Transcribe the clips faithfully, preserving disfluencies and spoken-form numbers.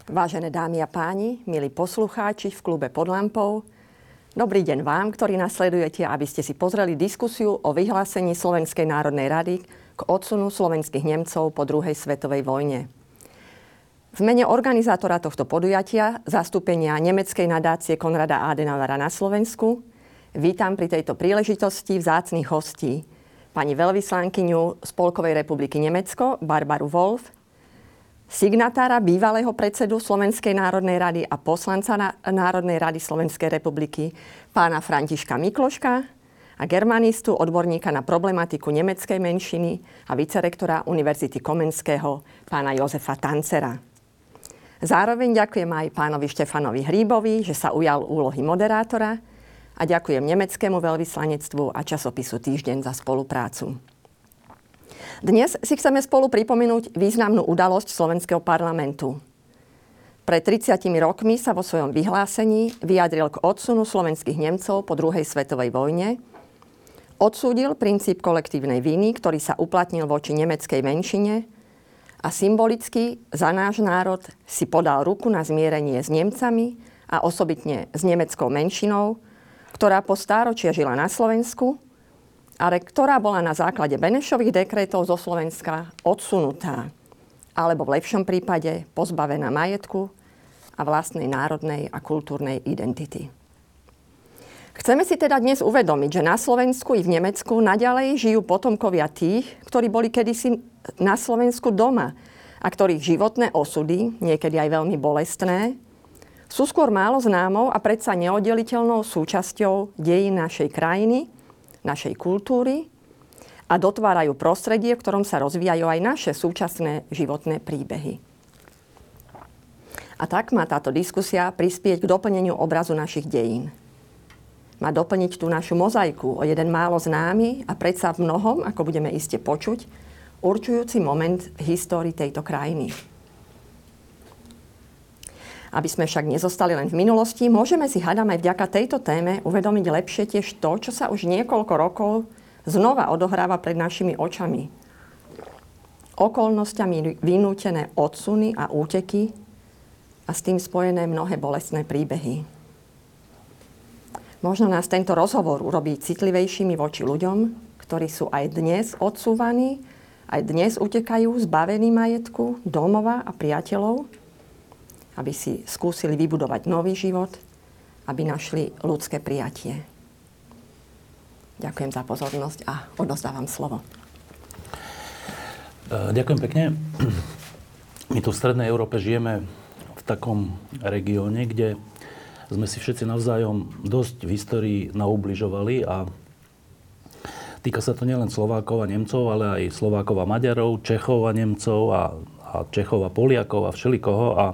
Vážené dámy a páni, milí poslucháči v klube Pod lampou, dobrý deň vám, ktorí nasledujete, aby ste si pozreli diskusiu o vyhlásení Slovenskej národnej rady k odsunu slovenských Nemcov po druhej svetovej vojne. V mene organizátora tohto podujatia, zastúpenia nemeckej nadácie Konrada Adenauera na Slovensku, vítam pri tejto príležitosti vzácnych hostí pani veľvyslankyňu Spolkovej republiky Nemecko Barbaru Wolf, signatára bývalého predsedu Slovenskej národnej rady a poslanca Národnej rady Slovenskej republiky pána Františka Mikloška a germanistu, odborníka na problematiku nemeckej menšiny a vicerektora Univerzity Komenského pána Jozefa Tancera. Zároveň ďakujem aj pánovi Štefanovi Hríbovi, že sa ujal úlohy moderátora, a ďakujem nemeckému veľvyslanectvu a časopisu Týždeň za spoluprácu. Dnes si chceme spolu pripomenúť významnú udalosť slovenského parlamentu. Pred tridsiatimi rokmi sa vo svojom vyhlásení vyjadril k odsunu slovenských Nemcov po druhej svetovej vojne, odsúdil princíp kolektívnej viny, ktorý sa uplatnil voči nemeckej menšine, a symbolicky za náš národ si podal ruku na zmierenie s Nemcami a osobitne s nemeckou menšinou, ktorá po stáročia žila na Slovensku, ale ktorá bola na základe Benešových dekrétov zo Slovenska odsunutá, alebo v lepšom prípade pozbavená majetku a vlastnej národnej a kultúrnej identity. Chceme si teda dnes uvedomiť, že na Slovensku i v Nemecku naďalej žijú potomkovia tých, ktorí boli kedysi na Slovensku doma a ktorých životné osudy, niekedy aj veľmi bolestné, sú skôr málo známou a predsa neoddeliteľnou súčasťou dejín našej krajiny, našej kultúry a dotvárajú prostredie, v ktorom sa rozvíjajú aj naše súčasné životné príbehy. A tak má táto diskusia prispieť k doplneniu obrazu našich dejín. Má doplniť tú našu mozaiku o jeden málo známy a predsa v mnohom, ako budeme iste počuť, určujúci moment v histórii tejto krajiny. Aby sme však nezostali len v minulosti, môžeme si, hádam, aj vďaka tejto téme uvedomiť lepšie tiež to, čo sa už niekoľko rokov znova odohráva pred našimi očami. Okolnosťami vynútené odsuny a úteky a s tým spojené mnohé bolestné príbehy. Možno nás tento rozhovor urobí citlivejšími voči ľuďom, ktorí sú aj dnes odsúvaní, aj dnes utekajú zbavení majetku, domova a priateľov, aby si skúsili vybudovať nový život, aby našli ľudské prijatie. Ďakujem za pozornosť a odovzdávam slovo. Ďakujem pekne. My tu v Strednej Európe žijeme v takom regióne, kde sme si všetci navzájom dosť v histórii naubližovali a týka sa to nielen Slovákov a Nemcov, ale aj Slovákov a Maďarov, Čechov a Nemcov a, a Čechov a Poliakov a všelikoho. A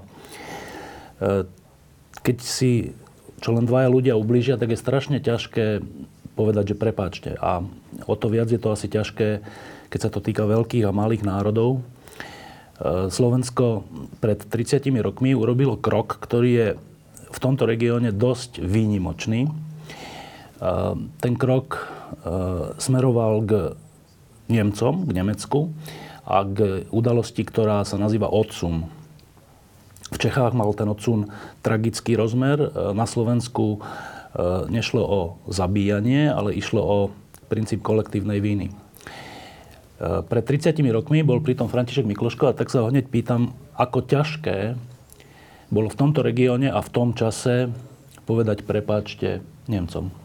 keď si čo len dvaja ľudia ublížia, tak je strašne ťažké povedať, že prepáčte. A o to viac je to asi ťažké, keď sa to týka veľkých a malých národov. Slovensko pred tridsiatimi rokmi urobilo krok, ktorý je v tomto regióne dosť výnimočný. Ten krok smeroval k Nemcom, k Nemecku a k udalosti, ktorá sa nazýva odsun. V Čechách mal ten odsun tragický rozmer. Na Slovensku nešlo o zabíjanie, ale išlo o princíp kolektívnej viny. Pred tridsiatimi rokmi bol pritom František Mikloško a tak sa ho hneď pýtam, ako ťažké bolo v tomto regióne a v tom čase povedať prepáčte Nemcom.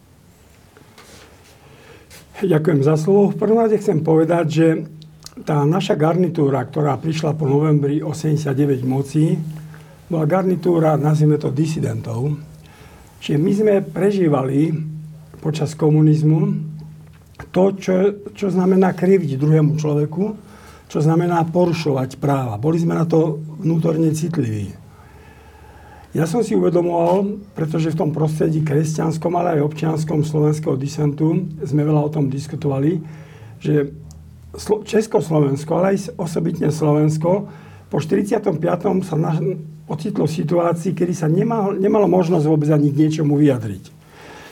Ďakujem za slovo. V prvom rade chcem povedať, že tá naša garnitúra, ktorá prišla po novembri osemdesiatdeväť k moci, bola garnitúra, nazvime to, disidentov. Čiže my sme prežívali počas komunizmu to, čo, čo znamená kriviť druhému človeku, čo znamená porušovať práva. Boli sme na to vnútorne citliví. Ja som si uvedomoval, pretože v tom prostredí kresťanskom, ale aj občianskom slovenského disentu sme veľa o tom diskutovali, že Československo, ale aj osobitne Slovensko, po štyridsiatom piatom sa na, ocitlo v situácii, kedy sa nemal, nemalo možnosť vôbec ani k niečomu vyjadriť.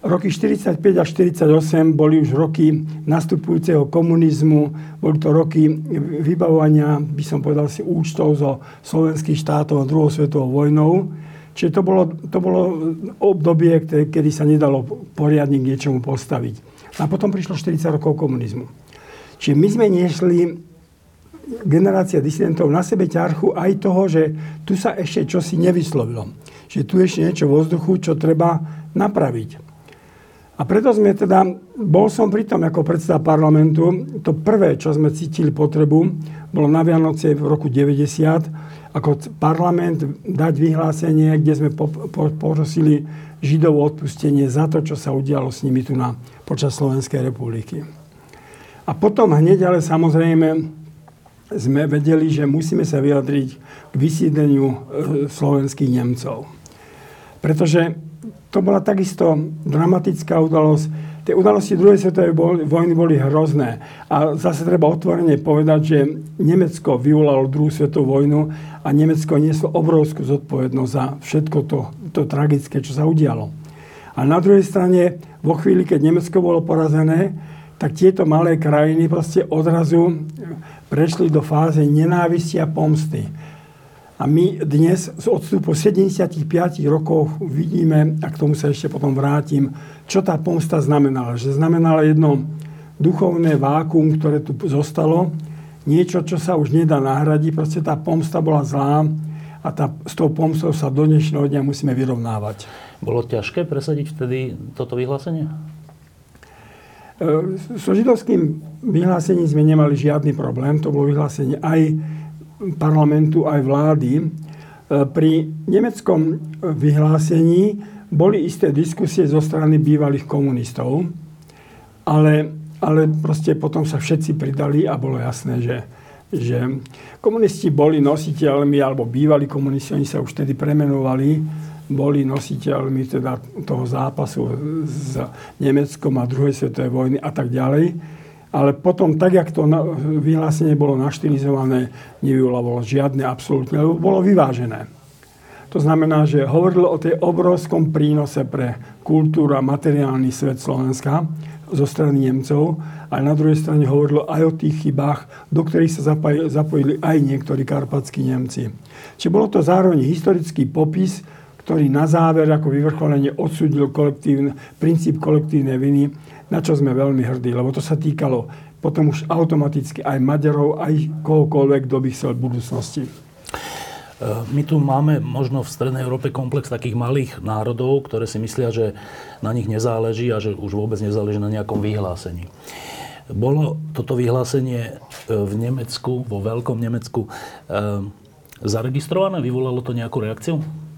roky štyridsaťpäť až štyridsaťosem boli už roky nastupujúceho komunizmu, boli to roky vybavovania, by som povedal si, účtov zo slovenských štátov a druhou svetovou vojnou. Čiže to bolo, to bolo obdobie, kedy sa nedalo poriadne k niečomu postaviť. A potom prišlo štyridsať rokov komunizmu. Čiže my sme nešli, generácia disidentov, na sebe ťarchu aj toho, že tu sa ešte čosi nevyslovilo. Že tu ešte niečo vo vzduchu, čo treba napraviť. A preto sme teda, bol som pri tom ako predseda parlamentu, to prvé, čo sme cítili potrebu, bolo na Vianoce v roku deväťdesiat, ako parlament dať vyhlásenie, kde sme po, po, poprosili Židov o odpustenie za to, čo sa udialo s nimi tu na, počas Slovenskej republiky. A potom hneď, ale samozrejme, sme vedeli, že musíme sa vyjadriť k vysídleniu e, slovenských Nemcov. Pretože to bola takisto dramatická udalosť. Tie udalosti druhej svetovej vojny boli hrozné. A zase treba otvorene povedať, že Nemecko vyvolalo druhú svetovú vojnu a Nemecko nieslo obrovskú zodpovednosť za všetko to, to tragické, čo sa udialo. A na druhej strane, vo chvíli, keď Nemecko bolo porazené, tak tieto malé krajiny proste odrazu prešli do fáze nenávisti a pomsty. A my dnes z odstupu sedemdesiatpäť rokov vidíme, a k tomu sa ešte potom vrátim, čo tá pomsta znamenala. Že znamenala jedno duchovné vákuum, ktoré tu zostalo, niečo, čo sa už nedá nahradiť. Proste tá pomsta bola zlá a tá, s tou pomstou sa do dnešného dňa musíme vyrovnávať. Bolo ťažké presadiť vtedy toto vyhlásenie? So židovským vyhlásením sme nemali žiadny problém. To bolo vyhlásenie aj parlamentu, aj vlády. Pri nemeckom vyhlásení boli isté diskusie zo strany bývalých komunistov, ale, ale proste potom sa všetci pridali a bolo jasné, že, že komunisti boli nositeľmi, alebo bývalí komunisti, oni sa už vtedy premenovali, boli nositeľmi teda toho zápasu s Nemeckom a druhej svetovej vojny a tak ďalej. Ale potom, tak jak to vyhlásenie bolo naštilizované, nevyvolávalo žiadne absolútne, lebo bolo vyvážené. To znamená, že hovorilo o tej obrovskom prínose pre kultúru a materiálny svet Slovenska zo strany Nemcov, a na druhej strane hovorilo aj o tých chybách, do ktorých sa zapojili aj niektorí karpatskí Nemci. Čiže bolo to zároveň historický popis, ktorý na záver ako vyvrcholenie odsúdil princíp kolektívnej viny, na čo sme veľmi hrdí, lebo to sa týkalo potom už automaticky aj Maďarov, aj kohokoľvek, kto by chcel v budúcnosti. My tu máme možno v Strednej Európe komplex takých malých národov, ktoré si myslia, že na nich nezáleží a že už vôbec nezáleží na nejakom vyhlásení. Bolo toto vyhlásenie v Nemecku, vo Veľkom Nemecku, zaregistrované? Vyvolalo to nejakú reakciu?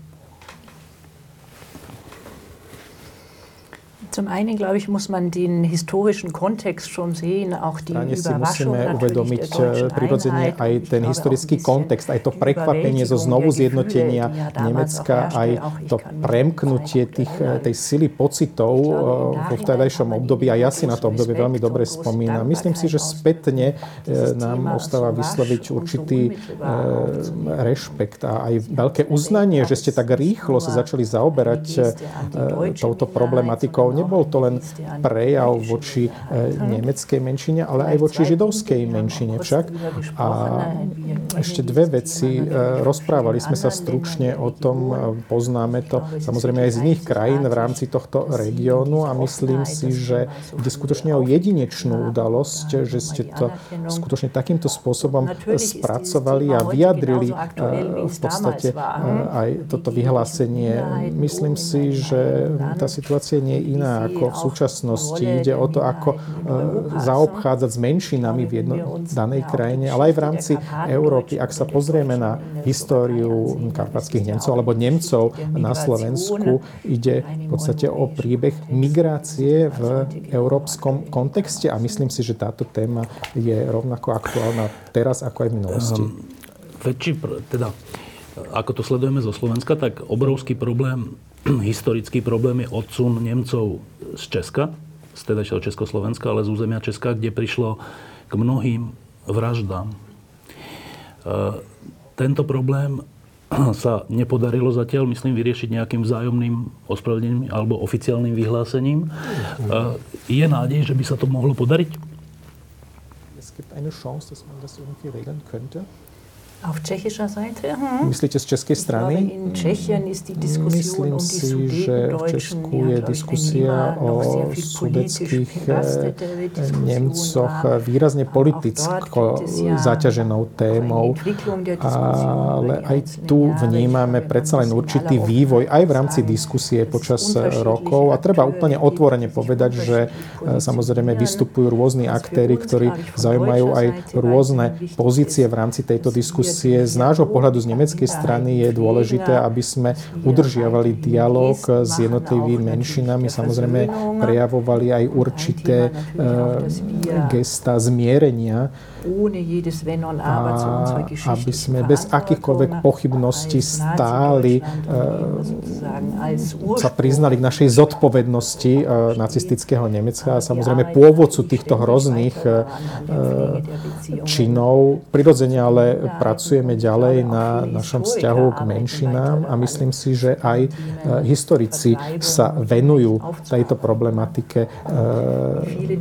Zum einen, glaube ich, muss man den historischen Kontext schon sehen, auch die Überraschung uvedomiť prirodzene aj ten historický kontext, aj to prekvapenie zo znovu zjednotenia Nemecka, aj to premknutie tých, tej sily pocitov vo vtedajšom období. A ja si na to obdobie veľmi dobre spomínam. Myslím si, že spätne nám ostáva vysloviť určitý rešpekt a aj veľké uznanie, že ste tak rýchlo sa začali zaoberať touto problematikou. Nebol to len prejav voči nemeckej menšine, ale aj voči židovskej menšine však. A ešte dve veci. Rozprávali sme sa stručne o tom, poznáme to samozrejme aj z iných krajín v rámci tohto regiónu a myslím si, že ide skutočne o jedinečnú udalosť, že ste to skutočne takýmto spôsobom spracovali a vyjadrili v podstate aj toto vyhlásenie. Myslím si, že tá situácia nie je iná ako v súčasnosti. Ide o to, ako zaobchádzať s menšinami v jednej danej krajine, ale aj v rámci Európy. Ak sa pozrieme na históriu karpatských Nemcov alebo Nemcov na Slovensku, ide v podstate o príbeh migrácie v európskom kontexte a myslím si, že táto téma je rovnako aktuálna teraz ako aj v minulosti. Um, väčší, teda, ako to sledujeme zo Slovenska, tak obrovský problém historický problém je odsun Nemcov z Česka, z tedajšieho Československa, ale z územia Česka, kde prišlo k mnohým vraždám. Tento problém sa nepodarilo zatiaľ, myslím, vyriešiť nejakým vzájomným ospravedlnením alebo oficiálnym vyhlásením. Je nádej, že by sa to mohlo podariť? Es gibt eine Chance, dass man das irgendwie regeln könnte. Auf tschechischer Seite? Hm. Myslíte z českej strany? In Tschechien ist die Diskussion Myslím um die si, že v Česku je diskusia o sudeckých Nemcoch výrazne politicko zaťaženou témou, ale aj tu vnímame predsa len určitý vývoj aj v rámci diskusie počas rokov a treba úplne otvorene povedať, že samozrejme vystupujú rôzni aktéri, ktorí zaujímajú aj rôzne pozície v rámci tejto diskusie. Z nášho pohľadu z nemeckej strany je dôležité, aby sme udržiavali dialóg s jednotlivými menšinami, samozrejme prejavovali aj určité uh, gesta zmierenia, a aby sme bez akýchkoľvek pochybností stáli, uh, sa priznali k našej zodpovednosti uh, nacistického Nemecka a samozrejme pôvodcu týchto hrozných uh, činov. Prirodzene ale pracujeme ďalej na našom vzťahu k menšinám a myslím si, že aj uh, historici sa venujú tejto problematike uh,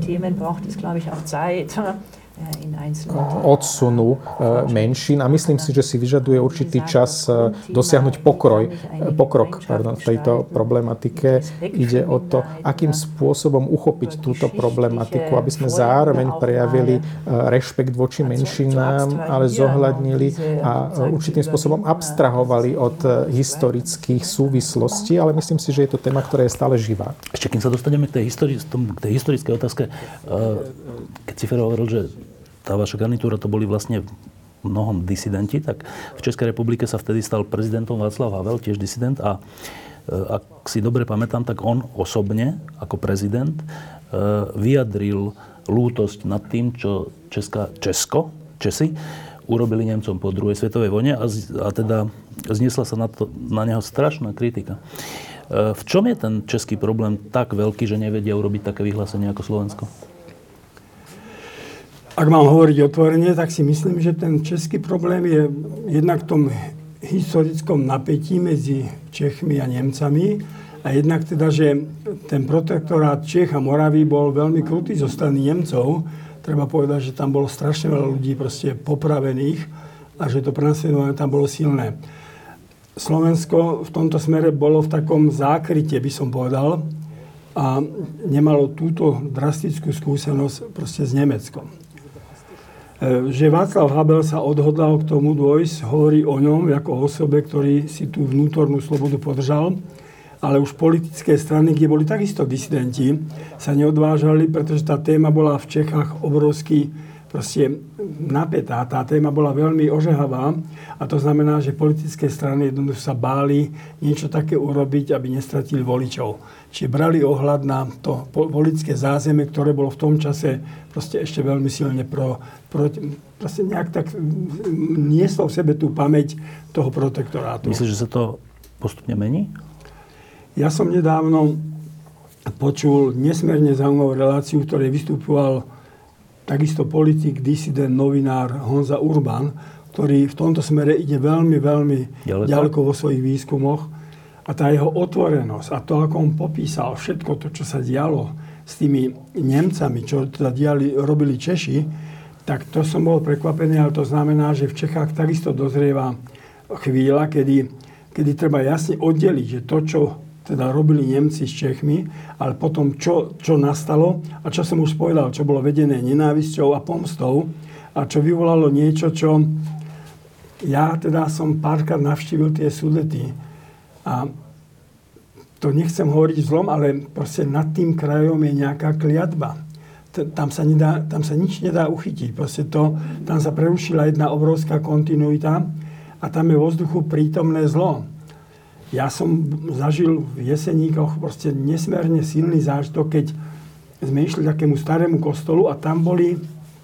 odsunu menšín a myslím si, že si vyžaduje určitý čas dosiahnuť pokroj, pokrok pardon, v tejto problematike. Ide o to, akým spôsobom uchopiť túto problematiku, aby sme zároveň prejavili rešpekt voči menšinám, ale zohľadnili a určitým spôsobom abstrahovali od historických súvislostí, ale myslím si, že je to téma, ktorá je stále živá. Ešte kým sa dostaneme k tej, histori- k tej historickej otázke, keď si Fero hovoril, že tá vaša garnitúra to boli vlastne mnohom disidenti, tak v Českej republike sa vtedy stal prezidentom Václav Havel, tiež disident a ak si dobre pamätám, tak on osobne ako prezident vyjadril lútosť nad tým, čo Česká, Česko, Česi urobili Nemcom po druhej svetovej vojne a, a teda zniesla sa na, to, na neho strašná kritika. V čom je ten český problém tak veľký, že nevedia urobiť také vyhlásenie ako Slovensko? Ak mám hovoriť otvorene, tak si myslím, že ten český problém je jednak v tom historickom napätí medzi Čechmi a Nemcami a jednak teda, že ten protektorát Čech a Moravy bol veľmi krutý zo strany Nemcov. Treba povedať, že tam bolo strašne veľa ľudí proste popravených a že to prenasledovanie tam bolo silné. Slovensko v tomto smere bolo v takom zákryte, by som povedal, a nemalo túto drastickú skúsenosť proste s Nemeckom. Že Václav Havel sa odhodlal k tomu dôjsť, hovorí o ňom ako o osobe, ktorý si tú vnútornú slobodu podržal, ale už politické strany, kde boli takisto disidenti, sa neodvážali, pretože tá téma bola v Čechách obrovský proste napätá. Tá téma bola veľmi ožehavá a to znamená, že politické strany jednoducho sa báli niečo také urobiť, aby nestratili voličov. Čiže brali ohľad na to politické zázemie, ktoré bolo v tom čase proste ešte veľmi silne pro, pro, proste nejak tak nieslo v sebe tú pamäť toho protektorátu. Myslíš, že sa to postupne mení? Ja som nedávno počul nesmierne zaujímavú reláciu, v ktorej vystupoval takisto politik, disident, novinár Honza Urban, ktorý v tomto smere ide veľmi, veľmi ďaleko, ďaleko vo svojich výskumoch. A tá jeho otvorenosť a to, ako on popísal všetko to, čo sa dialo s tými Nemcami, čo teda diali, robili Češi, tak to som bol prekvapený, ale to znamená, že v Čechách takisto dozrieva chvíľa, kedy, kedy treba jasne oddeliť, že to, čo teda robili Nemci s Čechmi, ale potom čo, čo nastalo a čo som už povedal, čo bolo vedené nenávisťou a pomstou a čo vyvolalo niečo, čo ja teda som párkrát navštívil tie Sudety a to nechcem hovoriť zlom, ale proste nad tým krajom je nejaká kliatba. Tam sa, nedá, tam sa nič nedá uchytiť. Proste to, tam sa prerušila jedna obrovská kontinuita a tam je vo vzduchu prítomné zlo. Ja som zažil v Jeseníkoch proste nesmierne silný zážitok, keď sme išli k takému starému kostolu a tam boli,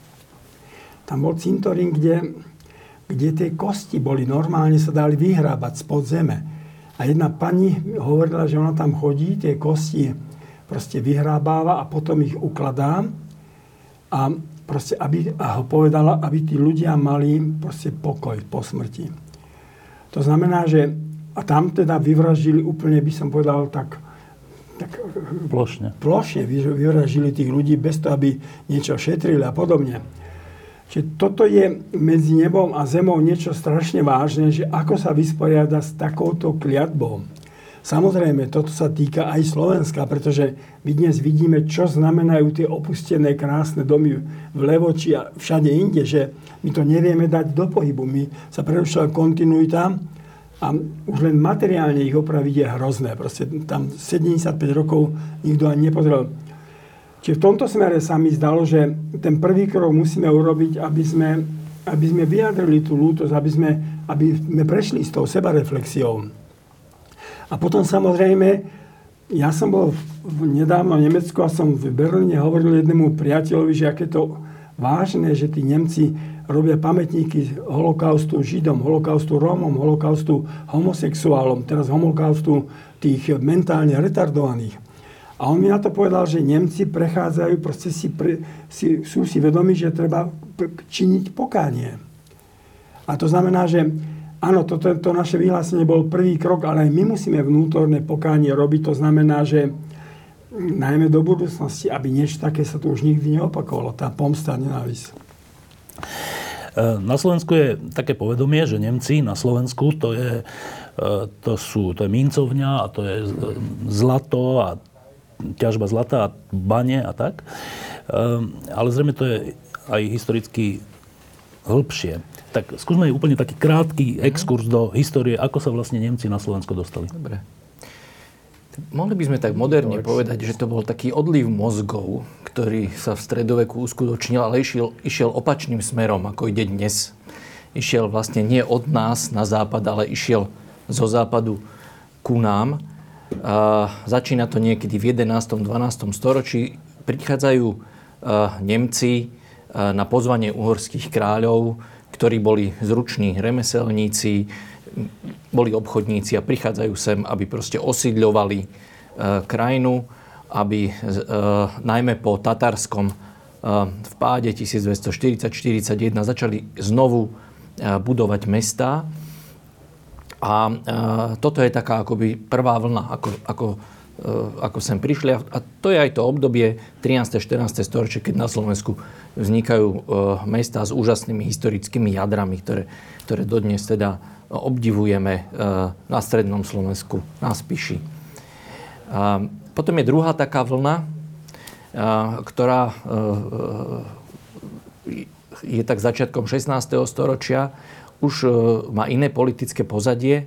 tam bol cintorín, kde, kde tie kosti boli, normálne sa dali vyhrábať spod zeme. A jedna pani hovorila, že ona tam chodí, tie kosti proste vyhrábáva a potom ich ukladá a proste, aby, a ho povedala, aby tí ľudia mali proste pokoj po smrti. To znamená, že a tam teda vyvraždili úplne, by som povedal, tak, tak plošne. plošne vyvraždili tých ľudí bez toho, aby niečo šetrili a podobne. Čiže toto je medzi nebom a zemou niečo strašne vážne, že ako sa vysporiada s takouto kliatbou. Samozrejme, toto sa týka aj Slovenska, pretože my dnes vidíme, čo znamenajú tie opustené krásne domy v Levoči a všade inde, že my to nevieme dať do pohybu. My sa prerušila kontinuita a už len materiálne ich opraviť je hrozné. Proste tam sedemdesiatpäť rokov nikto ani nepozrel. Čiže v tomto smere sa mi zdalo, že ten prvý krok musíme urobiť, aby sme, aby sme vyjadrili tú lútosť, aby sme, aby sme prešli s tou sebareflexiou. A potom samozrejme, ja som bol v, nedávno v Nemecku a som v Berlíne hovoril jednému priateľovi, že aké to vážne, že tí Nemci robia pamätníky holokaustu Židom, holokaustu Rómom, holokaustu homosexuálom, teraz holokaustu tých mentálne retardovaných. A on mi na to povedal, že Nemci prechádzajú, proste si, pre, si sú si vedomi, že treba činiť pokánie. A to znamená, že áno, toto to naše vyhlásenie bol prvý krok, ale aj my musíme vnútorné pokánie robiť. To znamená, že najmä do budúcnosti, aby niečo také sa tu už nikdy neopakovalo. Tá pomsta, nenávisť. Na Slovensku je také povedomie, že Nemci na Slovensku to je, to sú, to je mincovňa a to je zlato a ťažba zlata a bane a tak. Ale zrejme to je aj historicky hĺbšie. Tak skúsme úplne taký krátky exkurs do histórie, ako sa vlastne Nemci na Slovensko dostali. Dobre. Mohli by sme tak moderne povedať, že to bol taký odliv mozgov, ktorý sa v stredoveku uskutočnil, ale išiel, išiel opačným smerom, ako ide dnes. Išiel vlastne nie od nás na západ, ale išiel zo západu ku nám. A začína to niekedy v jedenástom dvanástom storočí. Prichádzajú Nemci na pozvanie uhorských kráľov, ktorí boli zruční remeselníci, boli obchodníci a prichádzajú sem, aby proste osídľovali e, krajinu, aby e, najmä po tatárskom e, vpáde tisícdvestoštyridsať štyridsaťjeden začali znovu e, budovať mestá. A e, toto je taká akoby prvá vlna, ako, ako, e, ako sem prišli. A to je aj to obdobie trináste štrnáste storočie, keď na Slovensku vznikajú e, mestá s úžasnými historickými jadrami, ktoré, ktoré dodnes teda obdivujeme e, na strednom Slovensku, na Spiši. A potom je druhá taká vlna, e, ktorá e, je tak začiatkom šestnásteho storočia, už e, má iné politické pozadie, e,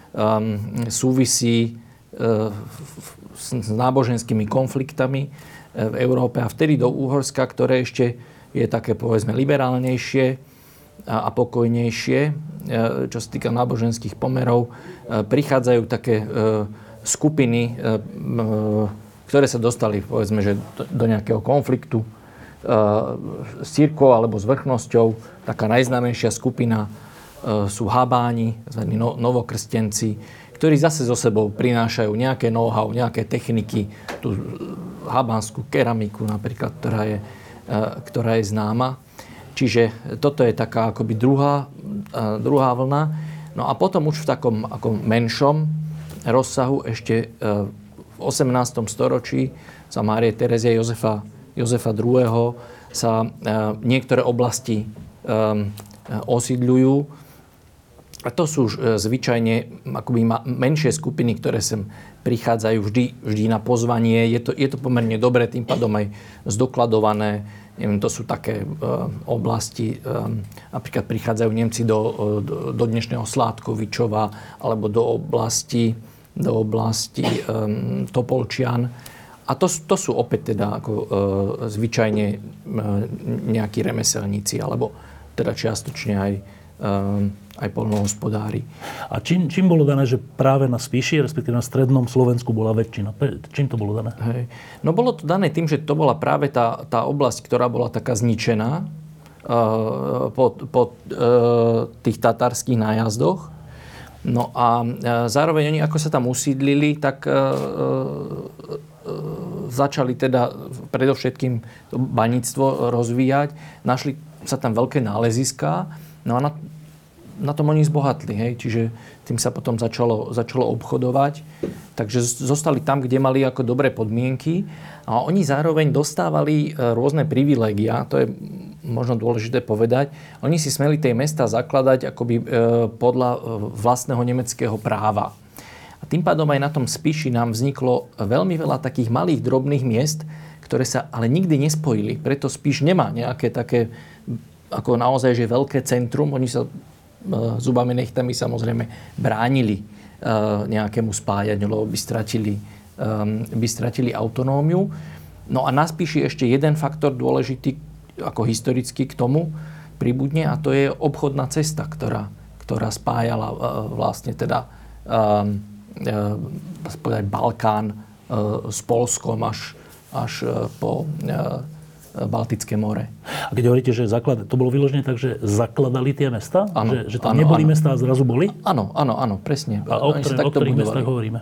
súvisí e, s, s náboženskými konfliktami v Európe a vtedy do Uhorska, ktoré ešte je také, povedzme, liberálnejšie a, a pokojnejšie, e, čo sa týka náboženských pomerov, e, prichádzajú také e, skupiny, e, e, ktoré sa dostali, povedzme, že do, do nejakého konfliktu e, s cirkvou alebo s vrchnosťou. Taká najznámejšia skupina e, sú Habáni, zvení no, novokrstenci, ktorí zase so sebou prinášajú nejaké know-how, nejaké techniky, tú habánsku keramiku napríklad, ktorá je, ktorá je známa. Čiže toto je taká akoby druhá, druhá vlna. No a potom už v takom ako menšom rozsahu ešte v osemnástom storočí za Márie Terezie Jozefa, Jozefa druhého. sa niektoré oblasti osídľujú. A to sú zvyčajne akoby menšie skupiny, ktoré sem prichádzajú vždy, vždy na pozvanie. Je to, je to pomerne dobre, tým pádom aj zdokladované. Neviem, to sú také uh, oblasti, um, napríklad prichádzajú Nemci do, do, do dnešného Sládkovičova alebo do oblasti, do oblasti um, Topolčian. A to, to sú opäť teda ako, uh, zvyčajne uh, nejakí remeselníci alebo teda čiastočne aj aj poľnohospodári. A čím, čím bolo dané, že práve na Spiši, respektíve na strednom Slovensku bola väčšina? Čím to bolo dané? Hej. No bolo to dané tým, že to bola práve tá, tá oblasť, ktorá bola taká zničená uh, po, po uh, tých tatárskych nájazdoch. No a uh, zároveň oni, ako sa tam usídlili, tak uh, uh, začali teda predovšetkým to baníctvo rozvíjať. Našli sa tam veľké náleziská. No a na, na tom oni zbohatli, hej, čiže tým sa potom začalo, začalo obchodovať. Takže zostali tam, kde mali ako dobré podmienky a oni zároveň dostávali rôzne privilégia, to je možno dôležité povedať. Oni si smeli tie mestá zakladať akoby podľa vlastného nemeckého práva. A tým pádom aj na tom Spiši nám vzniklo veľmi veľa takých malých, drobných miest, ktoré sa ale nikdy nespojili. Preto Spiš nemá nejaké také, ako naozaj, že veľké centrum. Oni sa zubami nechtami samozrejme bránili nejakému spájaniu, lebo by stratili, by stratili autonómiu. No a na Spiši ešte jeden faktor dôležitý, ako historicky k tomu pribudne, a to je obchodná cesta, ktorá, ktorá spájala vlastne teda povedať Balkán s Poľskom až, až po Baltické more. A keď hovoríte, že zaklad... to bolo vyložené tak, že zakladali tie mestá? Áno, že, že tam áno, neboli áno. mestá a zrazu boli? Áno, áno, áno, presne. A o, ktoré, o ktorých mestách hovoríme?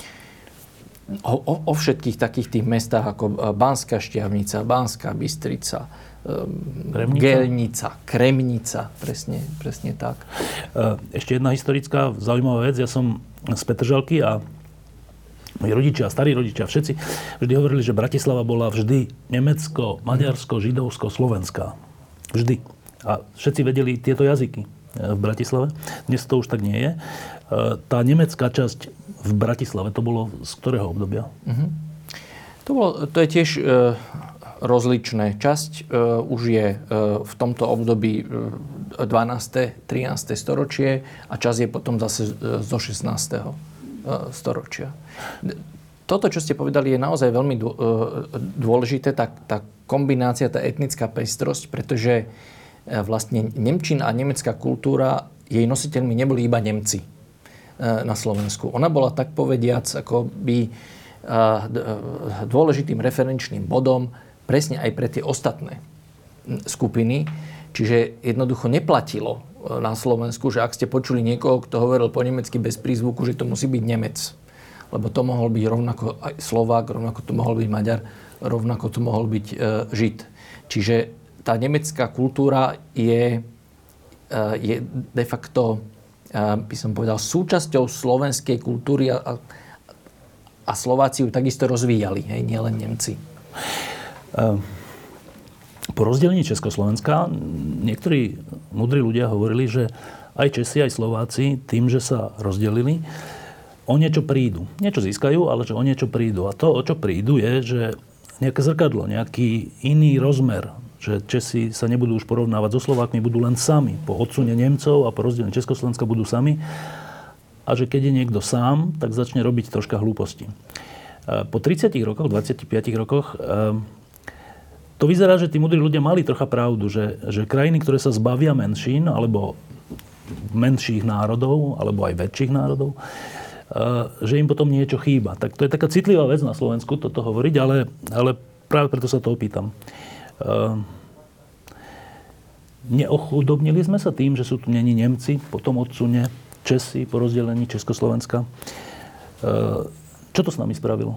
O, o, o všetkých takých tých mestách ako Banská Štiavnica, Banská Bystrica, Kremnica? Gelnica, Kremnica, presne, presne tak. Ešte jedna historická zaujímavá vec. Ja som z Petržalky a moji rodičia, starí rodičia, všetci vždy hovorili, že Bratislava bola vždy Nemecko, Maďarsko, Židovsko, Slovenská. Vždy. A všetci vedeli tieto jazyky v Bratislave. Dnes to už tak nie je. Tá nemecká časť v Bratislave, to bolo z ktorého obdobia? Uh-huh. To, bolo, to je tiež e, rozličné. Časť e, už je e, v tomto období e, dvanáste trináste storočie a časť je potom zase e, zo šestnásteho storočia. Toto, čo ste povedali, je naozaj veľmi dôležité, tá, tá kombinácia, tá etnická pestrosť, pretože vlastne nemčina a nemecká kultúra, jej nositeľmi neboli iba Nemci na Slovensku. Ona bola tak povediac akoby dôležitým referenčným bodom presne aj pre tie ostatné skupiny. Čiže jednoducho neplatilo na Slovensku, že ak ste počuli niekoho, kto hovoril po nemecky bez prízvuku, že to musí byť Nemec. Lebo to mohol byť rovnako aj Slovák, rovnako to mohol byť Maďar, rovnako to mohol byť e, Žid. Čiže tá nemecká kultúra je, e, je de facto, e, by som povedal, súčasťou slovenskej kultúry a, a Slováci ju takisto rozvíjali, hej, nielen Nemci. Um. Po rozdelení Československa niektorí múdri ľudia hovorili, že aj Česi, aj Slováci tým, že sa rozdelili, o niečo prídu. Niečo získajú, ale že o niečo prídu. A to, o čo prídu, je, že nejaké zrkadlo, nejaký iný rozmer. Že Česi sa nebudú už porovnávať so Slovákmi, budú len sami. Po odsune Nemcov a po rozdelení Československa budú sami. A že keď je niekto sám, tak začne robiť troška hlúposti. Po tridsiatich rokoch, dvadsiatich rokoch to vyzerá, že tí múdri ľudia mali trocha pravdu, že, že krajiny, ktoré sa zbavia menšín, alebo menších národov, alebo aj väčších národov, že im potom niečo chýba. Tak to je taká citlivá vec na Slovensku, toto hovoriť, ale, ale práve preto sa to opýtam. Neochudobnili sme sa tým, že sú tu neni Nemci, potom odsune Česi po rozdelení Československa. Čo to s nami spravilo?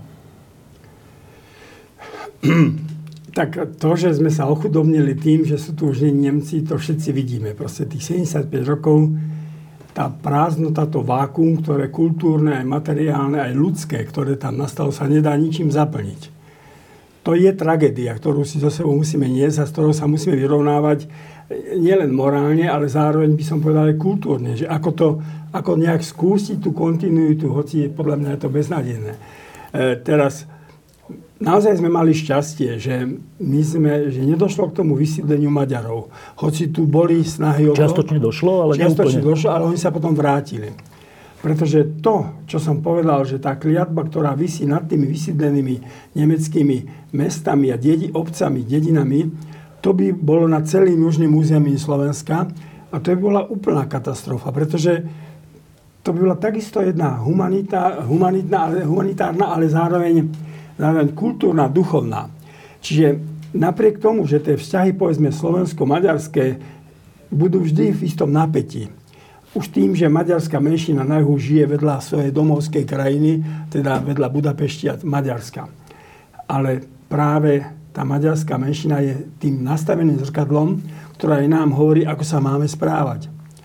Tak to, že sme sa ochudobnili tým, že sú tu už nie Nemci, to všetci vidíme. Proste tých sedemdesiatpäť rokov, tá prázdnota, to vákuum, ktoré kultúrne, aj materiálne, aj ľudské, ktoré tam nastalo, sa nedá ničím zaplniť. To je tragédia, ktorú si so sebou musíme niesť a s ktorou sa musíme vyrovnávať nielen morálne, ale zároveň by som povedal aj kultúrne. Že ako, to, ako nejak skúsiť tú kontinuitu, hoci podľa mňa je to beznádejné. E, teraz naozaj sme mali šťastie, že my sme, že nedošlo k tomu vysídleniu Maďarov. Hoci tu boli snahy o to. Čiastočne došlo, ale čiastočne neúplne. došlo, ale oni sa potom vrátili. Pretože to, čo som povedal, že tá kliatba, ktorá visí nad tými vysídlenými nemeckými mestami a dedi, obcami, dedinami, to by bolo na celým južným území Slovenska a to by bola úplná katastrofa, pretože to by bola takisto jedna humanita, humanitná, humanitárna, ale zároveň zároveň kultúrna, duchovná. Čiže napriek tomu, že tie vzťahy, povedzme, slovensko-maďarské budú vždy v istom napätí. Už tým, že maďarská menšina na juhu žije vedľa svojej domovskej krajiny, teda vedľa Budapešti a Maďarska. Ale práve tá maďarská menšina je tým nastaveným zrkadlom, ktorá aj nám hovorí, ako sa máme správať.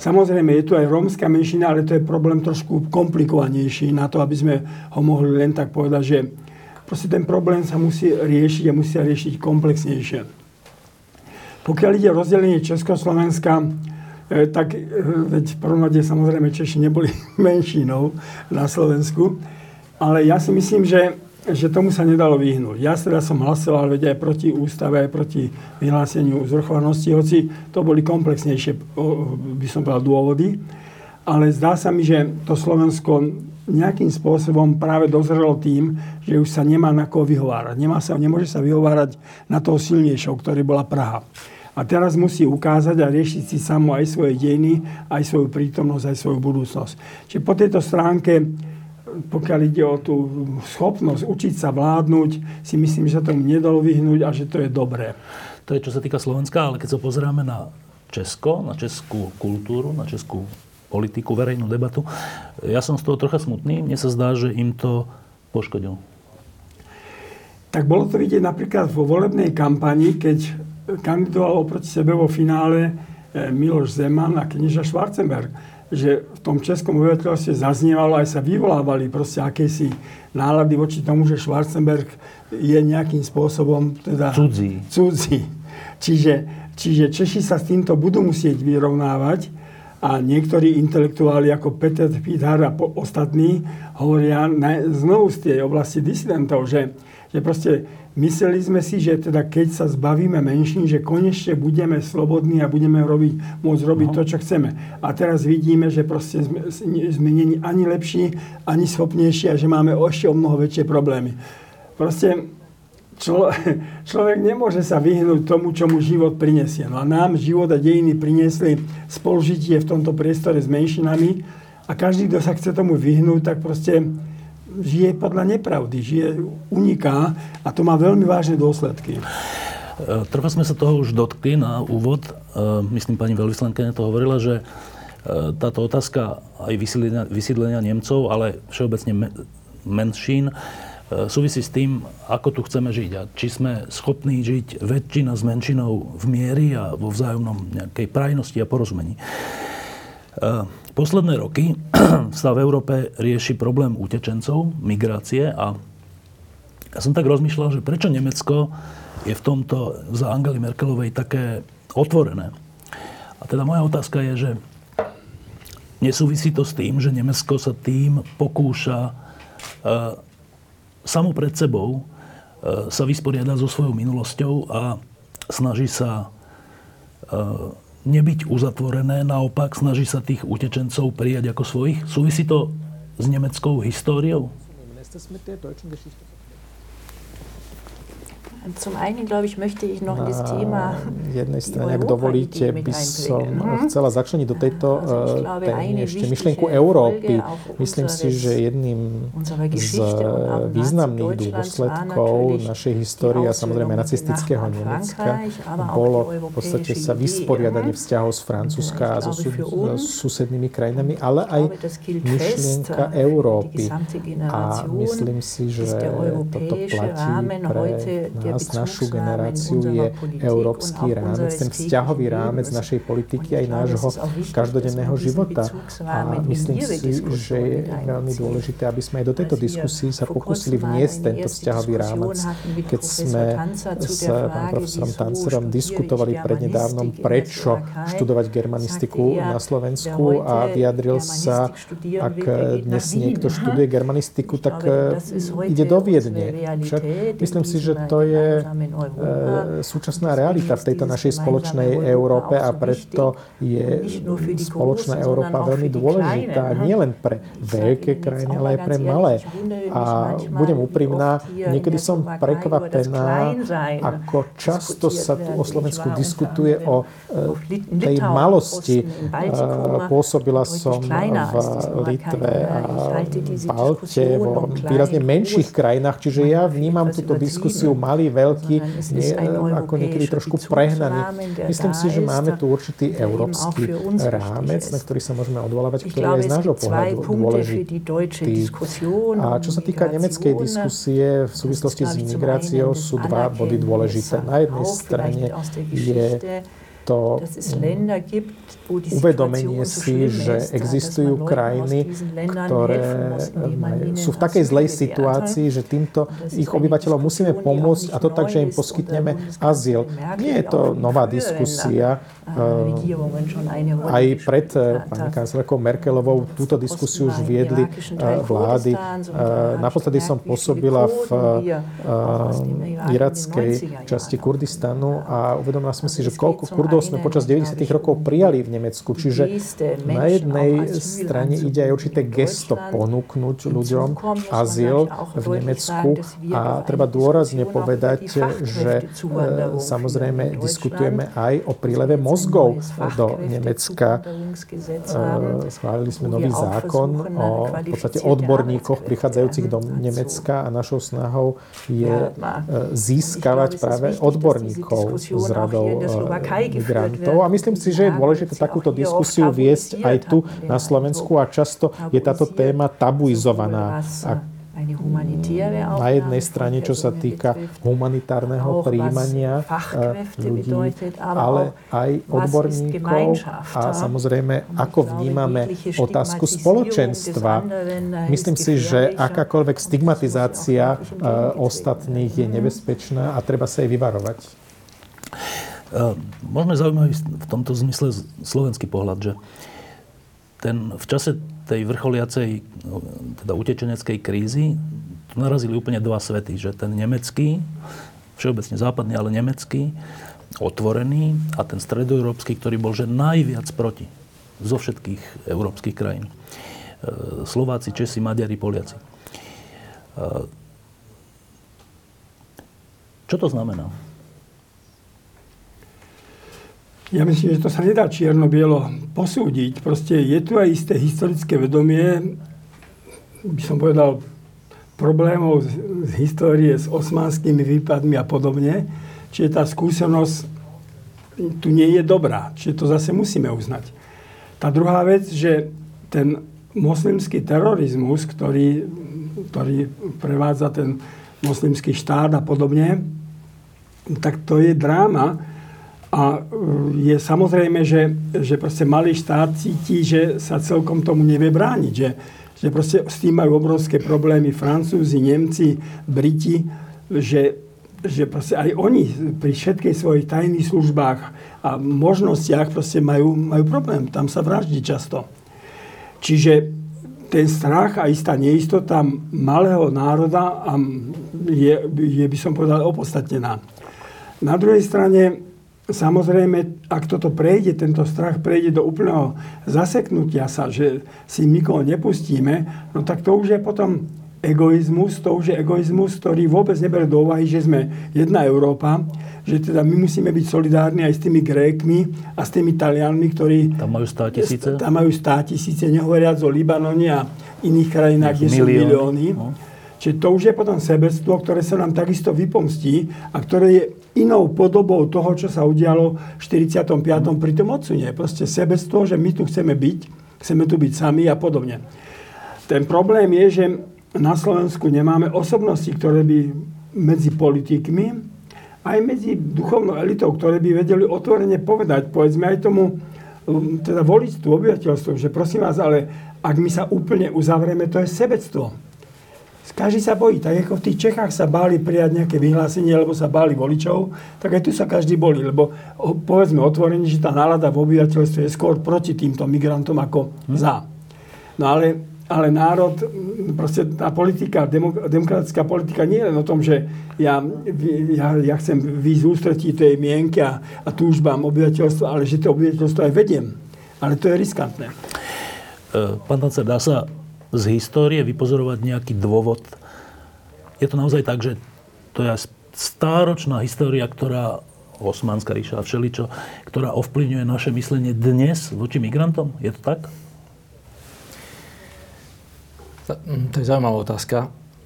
Samozrejme, je tu aj rómska menšina, ale to je problém trošku komplikovanejší na to, aby sme ho mohli len tak povedať, že proste ten problém sa musí riešiť a musí riešiť komplexnejšie. Pokiaľ ide o rozdelenie Československa, tak veď v prvom rade samozrejme Češi neboli menšinou na Slovensku, ale ja si myslím, že že tomu sa nedalo vyhnúť. Ja teda som hlasoval veď aj proti ústave, aj proti vyhláseniu zvrchovanosti, hoci to boli komplexnejšie, by som povedal, dôvody. Ale zdá sa mi, že to Slovensko nejakým spôsobom práve dozrelo tým, že už sa nemá na koho vyhovárať. Nemá sa, nemôže sa vyhovárať na toho silnejšieho, ktorý bola Praha. A teraz musí ukázať a riešiť si samo aj svoje dejiny, aj svoju prítomnosť, aj svoju budúcnosť. Čiže po tejto stránke, pokiaľ ide o tú schopnosť učiť sa vládnuť, si myslím, že sa tomu nedalo vyhnúť a že to je dobré. To je, čo sa týka Slovenska, ale keď sa pozeráme na Česko, na českú kultúru, na českú politiku, verejnú debatu, ja som z toho trocha smutný. Mne sa zdá, že im to poškodilo. Tak bolo to vidieť napríklad vo volebnej kampani, keď kandidoval oproti sebe vo finále Miloš Zeman a knieža Schwarzenberg, že v tom českom obyvateľstve zaznievalo, aj sa vyvolávali proste akési nálady voči tomu, že Schwarzenberg je nejakým spôsobom teda cudzí. cudzí. Čiže, čiže Češi sa s týmto budú musieť vyrovnávať a niektorí intelektuáli ako Peter Pithar a po, ostatní hovoria na, znovu z tej oblasti disidentov, že, že proste mysleli sme si, že teda keď sa zbavíme menšín, že konečne budeme slobodní a budeme robiť, môcť robiť no. to, čo chceme. A teraz vidíme, že proste sme, sme nie ani lepší, ani schopnejší a že máme ešte o mnoho väčšie problémy. Proste člo, človek nemôže sa vyhnúť tomu, čo mu život prinesie. No a nám život a dejiny priniesli spolužitie v tomto priestore s menšinami a každý, kto sa chce tomu vyhnúť, tak proste žije podľa nepravdy, žije, uniká a to má veľmi vážne dôsledky. Trocha sme sa toho už dotkli na úvod. Myslím, pani veľvyslankyňa to hovorila, že táto otázka aj vysídlenia, vysídlenia Nemcov, ale všeobecne menšín, súvisí s tým, ako tu chceme žiť a či sme schopní žiť väčšina s menšinou v miery a vo vzájomnom nejakej prajnosti a porozumení. Posledné roky sa v Európe rieši problém utečencov, migrácie a ja som tak rozmýšľal, že prečo Nemecko je v tomto za Angely Merkelovej také otvorené. A teda moja otázka je, že nesúvisí to s tým, že Nemecko sa tým pokúša e, samo pred sebou e, sa vysporiadať so svojou minulosťou a snaží sa e, nebyť uzatvorené, naopak snaží sa tých utečencov prijať ako svojich. Súvisí to s nemeckou históriou? Zum einen, glaube ich, möchte ich noch das Thema jednej strane, ak dovolíte, by som chcela začleniť do tejto témy ešte myšlienku Európy. Myslím si, že jedným z významných dôsledkov našej histórie a samozrejme nacistického Nemecka bolo v podstate sa vysporiadanie vzťahov z Francúzska a so susednými krajinami, ale aj myšlienka Európy. A myslím si, že toto platí pre nás, našu generáciu, je európsky rámec, ten vzťahový rámec našej politiky aj nášho každodenného života. A myslím si, že je veľmi dôležité, aby sme aj do tejto diskusie sa pokúsili vniesť tento vzťahový rámec. Keď sme s pánom profesorom Tancerom diskutovali prednedávnom, prečo študovať germanistiku na Slovensku a vyjadril sa, ak dnes niekto študuje germanistiku, tak ide do Viedne. Však myslím si, že to je súčasná realita v tejto našej spoločnej Európe a preto je spoločná Európa veľmi dôležitá nielen pre veľké krajiny, ale aj pre malé. A budem úprimná, niekedy som prekvapená, ako často sa tu o Slovensku diskutuje o tej malosti. Pôsobila som v Litve a Balte, vo výrazne menších krajinách, čiže ja vnímam túto diskusiu malý, veľký, nie, ako niekedy trošku prehnaný. Myslím si, že máme tu určitý európsky rámec, na ktorý sa môžeme odvolávať, ktorý je z nášho pohľadu dôležitý. A čo sa týka nemeckej diskusie v súvislosti s migráciou, sú dva body dôležité. Na jednej strane je to uvedomenie si, že existujú krajiny, ktoré sú v takej zlej situácii, že týmto ich obyvateľom musíme pomôcť, a to tak, že im poskytneme azyl. Nie je to nová diskusia. Aj pred pani kancelárkou Merkelovou túto diskusiu už viedli vlády. Naposledy som pôsobila v irackej časti Kurdistanu a uvedomila som si, že koľko Kurdov sme počas deväťdesiatych rokov prijali v Nemecku. Čiže na jednej strane ide aj určité gesto ponúknuť ľuďom azyl v Nemecku a treba dôrazne povedať, že samozrejme diskutujeme aj o príleve mozgov do Nemecka. Schválili sme nový zákon o v podstate odborníkoch prichádzajúcich do Nemecka a našou snahou je získavať práve odborníkov z radov migrantov. A myslím si, že je dôležité takúto diskusiu viesť aj tu na Slovensku a často je táto téma tabuizovaná. A na jednej strane, čo sa týka humanitárneho prijímania ľudí, ale aj odborníkov a samozrejme, ako vnímame otázku spoločenstva. Myslím si, že akákoľvek stigmatizácia ostatných je nebezpečná a treba sa jej vyvarovať. Možno je zaujímavý v tomto zmysle slovenský pohľad, že ten, v čase tej vrcholiacej, teda utečeneckej krízy tu narazili úplne dva svety, že ten nemecký, všeobecne západný, ale nemecký, otvorený a ten stredoeurópsky, ktorý bol že najviac proti zo všetkých európskych krajín. Slováci, Česi, Maďari, Poliaci. Čo to znamená? Ja myslím, že to sa nedá čierno-bielo posúdiť. Proste je tu aj isté historické vedomie, by som povedal, problémov z, z histórie s osmanskými výpadmi a podobne. Čiže tá skúsenosť tu nie je dobrá. Čiže to zase musíme uznať. Tá druhá vec, že ten moslimský terorizmus, ktorý, ktorý prevádza ten moslimský štát a podobne, tak to je dráma. A je samozrejme, že, že proste malý štát cíti, že sa celkom tomu nevie brániť. Že, že proste s tým majú obrovské problémy Francúzi, Nemci, Briti, že, že proste aj oni pri všetkej svojich tajných službách a možnostiach proste majú, majú problém. Tam sa vraždí často. Čiže ten strach a istá neistota malého národa je, je by som povedal, opodstatnená. Na druhej strane samozrejme, ak toto prejde, tento strach prejde do úplného zaseknutia sa, že si nikoho nepustíme, no tak to už je potom egoizmus, to už je egoizmus, ktorý vôbec neberie do úvahy, že sme jedna Európa, že teda my musíme byť solidárni aj s tými Grékmi a s tými Talianmi, ktorí tam majú státisíce, tam majú státisíce, nehovoriac o Libanone a iných krajinách, kde sú milióny. No. Čiže to už je potom sebectvo, ktoré sa nám takisto vypomstí a ktoré je inou podobou toho, čo sa udialo v štyridsiatom piatom pri tom odsune. Proste sebectvo, že my tu chceme byť, chceme tu byť sami a podobne. Ten problém je, že na Slovensku nemáme osobnosti, ktoré by medzi politikmi aj medzi duchovnou elitou, ktoré by vedeli otvorene povedať, povedzme aj tomu teda voličstvu, obyvateľstvu, že prosím vás, ale ak my sa úplne uzavrieme, to je sebectvo. Každý sa bojí. Tak ako v tých Čechách sa báli prijať nejaké vyhlásenie, lebo sa báli voličov, tak aj tu sa každý bolí. Lebo povedzme otvorene, že tá nálada v obyvateľstve je skôr proti týmto migrantom ako hm. za. No ale, ale národ, proste tá politika, demok- demokratická politika nie je len o tom, že ja, ja, ja chcem výjsť ústretí tej mienke a, a túžbám obyvateľstva, ale že to obyvateľstvo aj vediem. Ale to je riskantné. Pán Tancer, dá sa z histórie vypozorovať nejaký dôvod? Je to naozaj tak, že to je stáročná história, ktorá, Osmanská ríša a všeličo, ktorá ovplyvňuje naše myslenie dnes voči migrantom? Je to tak? To je zaujímavá otázka.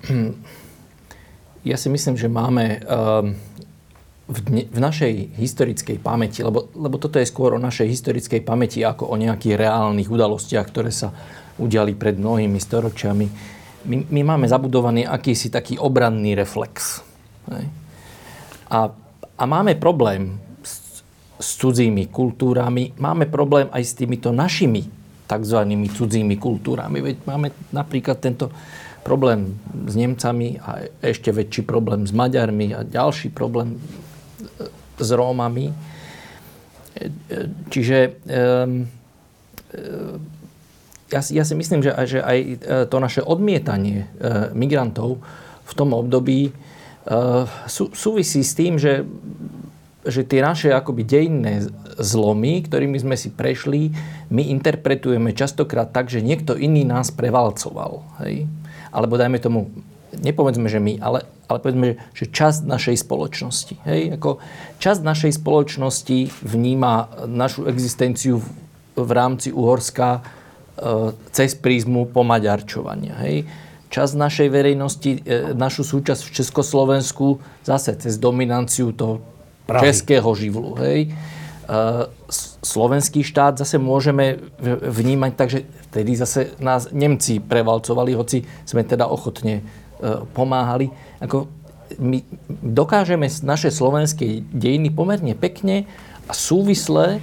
Ja si myslím, že máme v, dne, v našej historickej pamäti, lebo, lebo toto je skôr o našej historickej pamäti ako o nejakých reálnych udalostiach, ktoré sa udiali pred mnohými storočiami. My, my máme zabudovaný akýsi taký obranný reflex. A, a máme problém s s cudzími kultúrami. Máme problém aj s týmito našimi takzvanými cudzími kultúrami. Veď máme napríklad tento problém s Nemcami a ešte väčší problém s Maďarmi a ďalší problém s Rómami. Čiže um, ja, ja si myslím, že, že aj to naše odmietanie uh, migrantov v tom období uh, sú, súvisí s tým, že, že tie naše akoby dejinné zlomy, ktorými sme si prešli, my interpretujeme častokrát tak, že niekto iný nás prevalcoval. Hej? Alebo dajme tomu, nepovedzme, že my, ale, ale povedzme, že časť našej spoločnosti. Hej? Ako časť našej spoločnosti vníma našu existenciu v, v rámci Uhorska e, cez prízmu pomaďarčovania. Hej? Časť našej verejnosti, e, našu súčasť v Československu zase cez dominanciu toho Prahy. Českého živlu. Hej? E, slovenský štát zase môžeme vnímať tak, že vtedy zase nás Nemci prevalcovali, hoci sme teda ochotne pomáhali. Ako my dokážeme naše slovenské dejiny pomerne pekne a súvisle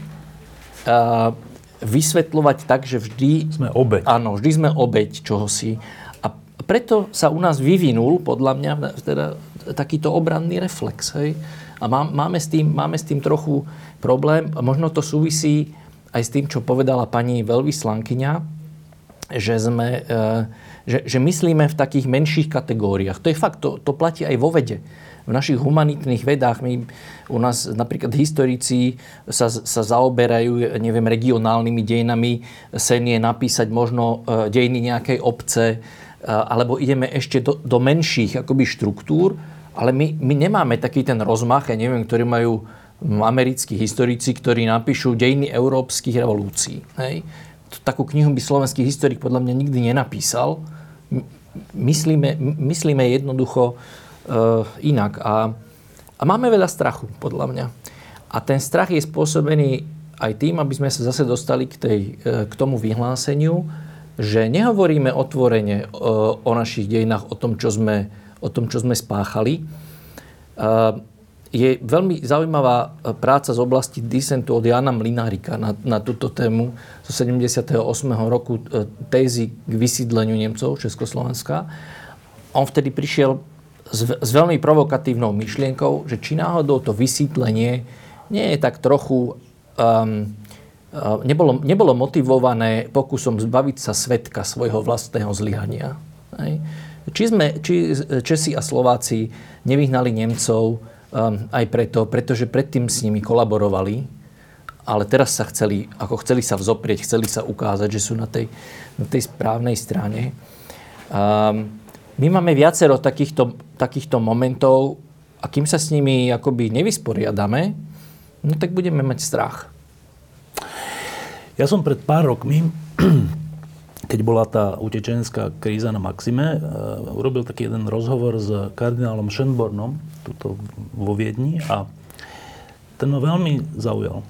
a vysvetľovať tak, že vždy sme obeť. Áno, vždy sme obeť čohosi. A preto sa u nás vyvinul, podľa mňa, teda, takýto obranný reflex. Hej? A má, máme, s tým, máme s tým trochu problém. A možno to súvisí aj s tým, čo povedala pani veľvyslankyňa, že sme... E, Že, že myslíme v takých menších kategóriách. To je fakt, to, to platí aj vo vede. V našich humanitných vedách, my, u nás napríklad historici sa, sa zaoberajú, neviem, regionálnymi dejinami, sen je napísať možno dejiny nejakej obce, alebo ideme ešte do, do menších akoby štruktúr, ale my, my nemáme taký ten rozmach, ja neviem, ktorý majú americkí historici, ktorí napíšu dejiny európskych revolúcií. Hej? Takú knihu by slovenský historik podľa mňa nikdy nenapísal. Myslíme, myslíme jednoducho uh, inak. A, a máme veľa strachu, podľa mňa. A ten strach je spôsobený aj tým, aby sme sa zase dostali k, tej, uh, k tomu vyhláseniu, že nehovoríme otvorene uh, o našich dejinách, o tom, čo sme, o tom, čo sme spáchali. Uh, Je veľmi zaujímavá práca z oblasti disentu od Jana Mlynárika na, na túto tému zo sedemdesiateho ôsmeho roku, tézy k vysídleniu Nemcov Československa. On vtedy prišiel s, s veľmi provokatívnou myšlienkou, že či náhodou to vysídlenie nie je tak trochu... Um, uh, nebolo, nebolo motivované pokusom zbaviť sa svedka svojho vlastného zlyhania. Hej. Či sme, či Česi a Slováci nevyhnali Nemcov Um, aj preto, pretože predtým s nimi kolaborovali, ale teraz sa chceli, ako chceli sa vzoprieť, chceli sa ukázať, že sú na tej, na tej správnej strane. Um, my máme viacero takýchto, takýchto momentov a kým sa s nimi akoby nevysporiadame, no tak budeme mať strach. Ja som pred pár rokmi, keď bola tá utečenská kríza na maxime, urobil taký jeden rozhovor s kardinálom Schönbornom tuto vo Viedni a ten ma veľmi zaujal.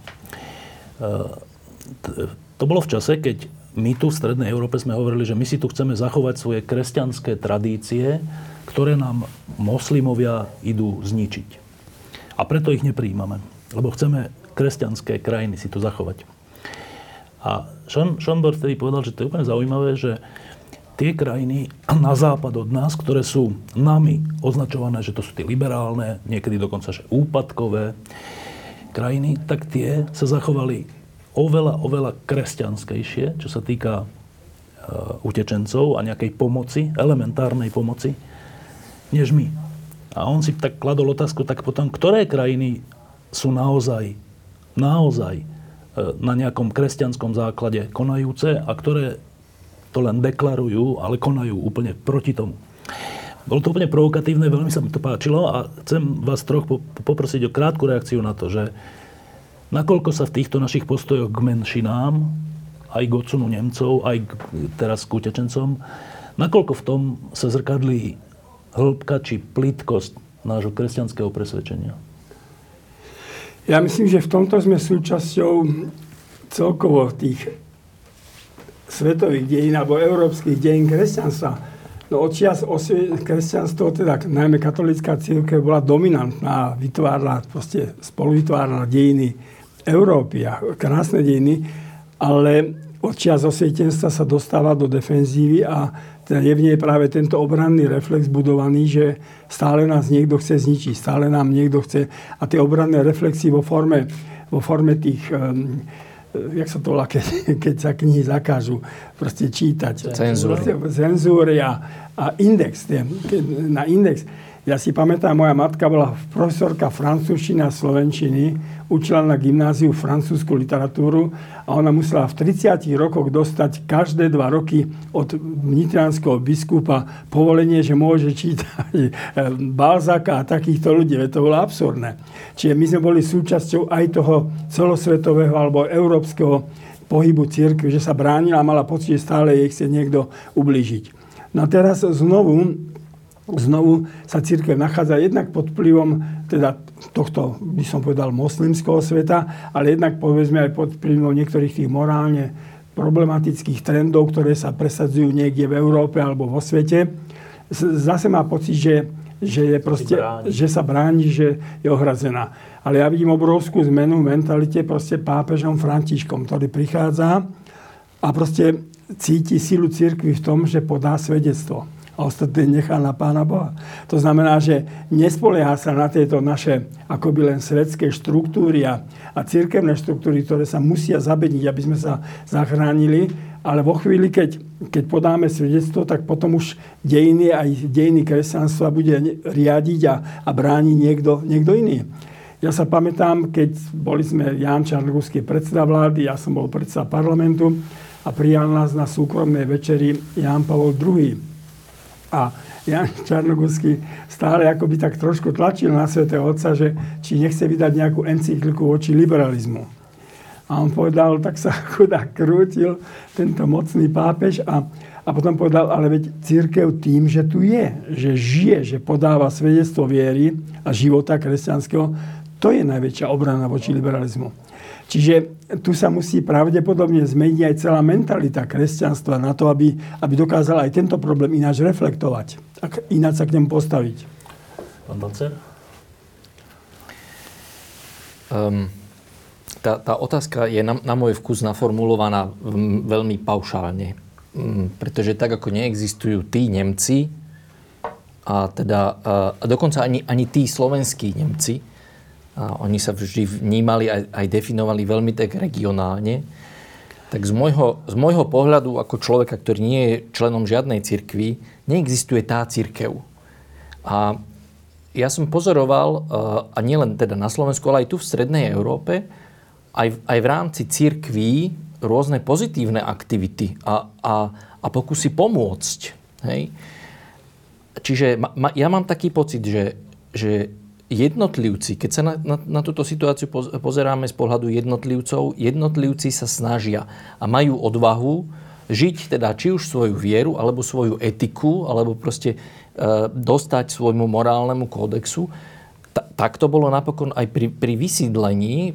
To bolo v čase, keď my tu v Strednej Európe sme hovorili, že my si tu chceme zachovať svoje kresťanské tradície, ktoré nám moslimovia idú zničiť. A preto ich nepríjmame, lebo chceme kresťanské krajiny si tu zachovať. A Schönborn vtedy povedal, že to je úplne zaujímavé, že tie krajiny na západ od nás, ktoré sú nami označované, že to sú tie liberálne, niekedy dokonca že úpadkové krajiny, tak tie sa zachovali oveľa, oveľa kresťanskejšie, čo sa týka e, utečencov a nejakej pomoci, elementárnej pomoci, než my. A on si tak kladol otázku, tak potom, ktoré krajiny sú naozaj, naozaj na nejakom kresťanskom základe konajúce a ktoré to len deklarujú, ale konajú úplne proti tomu. Bolo to úplne provokatívne, veľmi sa mi to páčilo a chcem vás trochu poprosiť o krátku reakciu na to, že nakoľko sa v týchto našich postojoch k menšinám, aj k odsunu Nemcov, aj k, teraz k utečencom, nakoľko v tom sa zrkadlí hĺbka či plytkosť nášho kresťanského presvedčenia? Ja myslím, že v tomto sme súčasťou celkovo tých svetových dejín alebo európskych dejín kresťanstva. No odčias kresťanstvo, teda najmä katolícka cirkev, bola dominantná, vytvárala, proste spoluvytvárala dejiny Európy a krásne dejiny, ale od čias osvietenstva sa dostáva do defenzívy a teda je v nej práve tento obranný reflex budovaný, že stále nás niekto chce zničiť, stále nám niekto chce. A tie obranné reflexy vo forme, vo forme tých, um, jak sa to volá, keď, keď sa knihy zakážu proste čítať. Cenzúry. Cenzúry a, a index, na index. Ja si pamätám, moja matka bola profesorka francúzštiny a slovenčiny, učila na gymnáziu francúzsku literatúru a ona musela v tridsiatich rokoch dostať každé dva roky od nitrianskeho biskupa povolenie, že môže čítať Balzaca a takýchto ľudí. To bolo absurdné. Čiže my sme boli súčasťou aj toho celosvetového alebo európskeho pohybu cirkvi, že sa bránila a mala pocit, že stále jej chce niekto ublížiť. No a teraz znovu Znovu sa cirkev nachádza jednak pod vplyvom teda tohto, by som povedal, moslimského sveta, ale jednak povedzme aj pod vplyvom niektorých tých morálne problematických trendov, ktoré sa presadzujú niekde v Európe alebo vo svete. Zase má pocit, že, že, je proste, že sa bráni, že je ohrazená. Ale ja vidím obrovskú zmenu v mentalite proste pápežom Františkom, ktorý prichádza a proste cíti silu cirkvi v tom, že podá svedectvo. A ostatné nechá na Pána Boha. To znamená, že nespolieha sa na tieto naše akoby len svetské štruktúry a, a cirkevné štruktúry, ktoré sa musia zabedniť, aby sme sa zachránili, ale vo chvíli, keď, keď podáme svedectvo, tak potom už dejiny, aj dejiny kresťanstva bude riadiť a, a brániť niekto, niekto iný. Ja sa pamätám, keď boli sme Ján Čarnogurský predseda vlády, ja som bol predseda parlamentu a prijal nás na súkromnej večeri Ján Pavol druhý. A Ján Čarnogurský stále akoby tak trošku tlačil na svätého Otca, že či nechce vydať nejakú encykliku voči liberalizmu. A on povedal, tak sa chudák krútil tento mocný pápež a, a potom povedal, ale veď cirkev tým, že tu je, že žije, že podáva svedectvo viery a života kresťanského, to je najväčšia obrana voči liberalizmu. Čiže tu sa musí pravdepodobne zmeniť aj celá mentalita kresťanstva na to, aby, aby dokázala aj tento problém ináč reflektovať. Ak ináč sa k nemu postaviť. Pán Balcer? Um, tá, tá otázka je na, na môj vkus naformulovaná veľmi paušálne. Um, pretože tak, ako neexistujú tí Nemci, a teda a dokonca ani, ani tí slovenskí Nemci, a oni sa vždy vnímali aj, aj definovali veľmi tak regionálne. Tak z môjho, z môjho pohľadu ako človeka, ktorý nie je členom žiadnej cirkvi, neexistuje tá cirkev. A ja som pozoroval, a nielen teda na Slovensku, ale aj tu v strednej Európe, aj, aj v rámci cirkví rôzne pozitívne aktivity a, a, a pokusy pomôcť. Hej? Čiže ma, ma, ja mám taký pocit, že, že jednotlivci, keď sa na, na, na túto situáciu pozeráme z pohľadu jednotlivcov, jednotlivci sa snažia a majú odvahu žiť teda či už svoju vieru, alebo svoju etiku, alebo proste e, dostať svojmu morálnemu kódexu. Ta, tak to bolo napokon aj pri, pri vysídlení. E,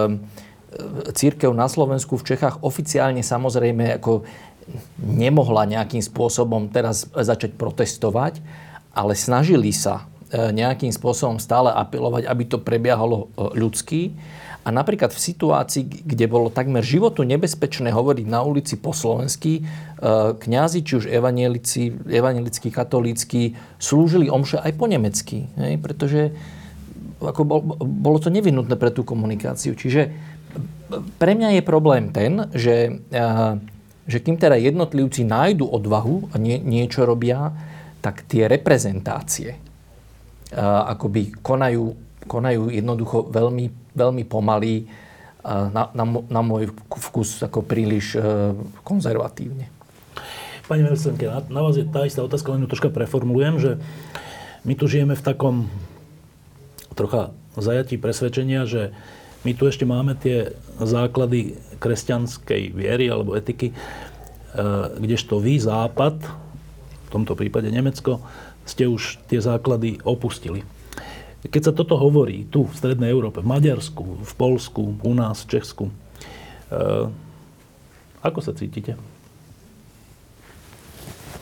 cirkev na Slovensku, v Čechách oficiálne samozrejme ako nemohla nejakým spôsobom teraz začať protestovať, ale snažili sa nejakým spôsobom stále apelovať, aby to prebiehalo ľudsky. A napríklad v situácii, kde bolo takmer životu nebezpečné hovoriť na ulici po slovensky, kňazi, či už evanielici, evanielickí, katolícky, slúžili omše aj po nemecky. Hej? Pretože ako bol, bolo to nevyhnutné pre tú komunikáciu. Čiže pre mňa je problém ten, že, že kým teda jednotlivci nájdu odvahu a nie, niečo robia, tak tie reprezentácie akoby konajú, konajú jednoducho veľmi, veľmi pomaly, na, na, na môj vkus ako príliš konzervatívne. Pani Velsenke, na, na vás je tá istá otázka, len ju troška preformulujem, že my tu žijeme v takom trocha zajatí presvedčenia, že my tu ešte máme tie základy kresťanskej viery alebo etiky, kdežto vy, Západ, v tomto prípade Nemecko, ste už tie základy opustili. Keď sa toto hovorí tu v Strednej Európe, v Maďarsku, v Poľsku, u nás, v Česku, e, ako sa cítite?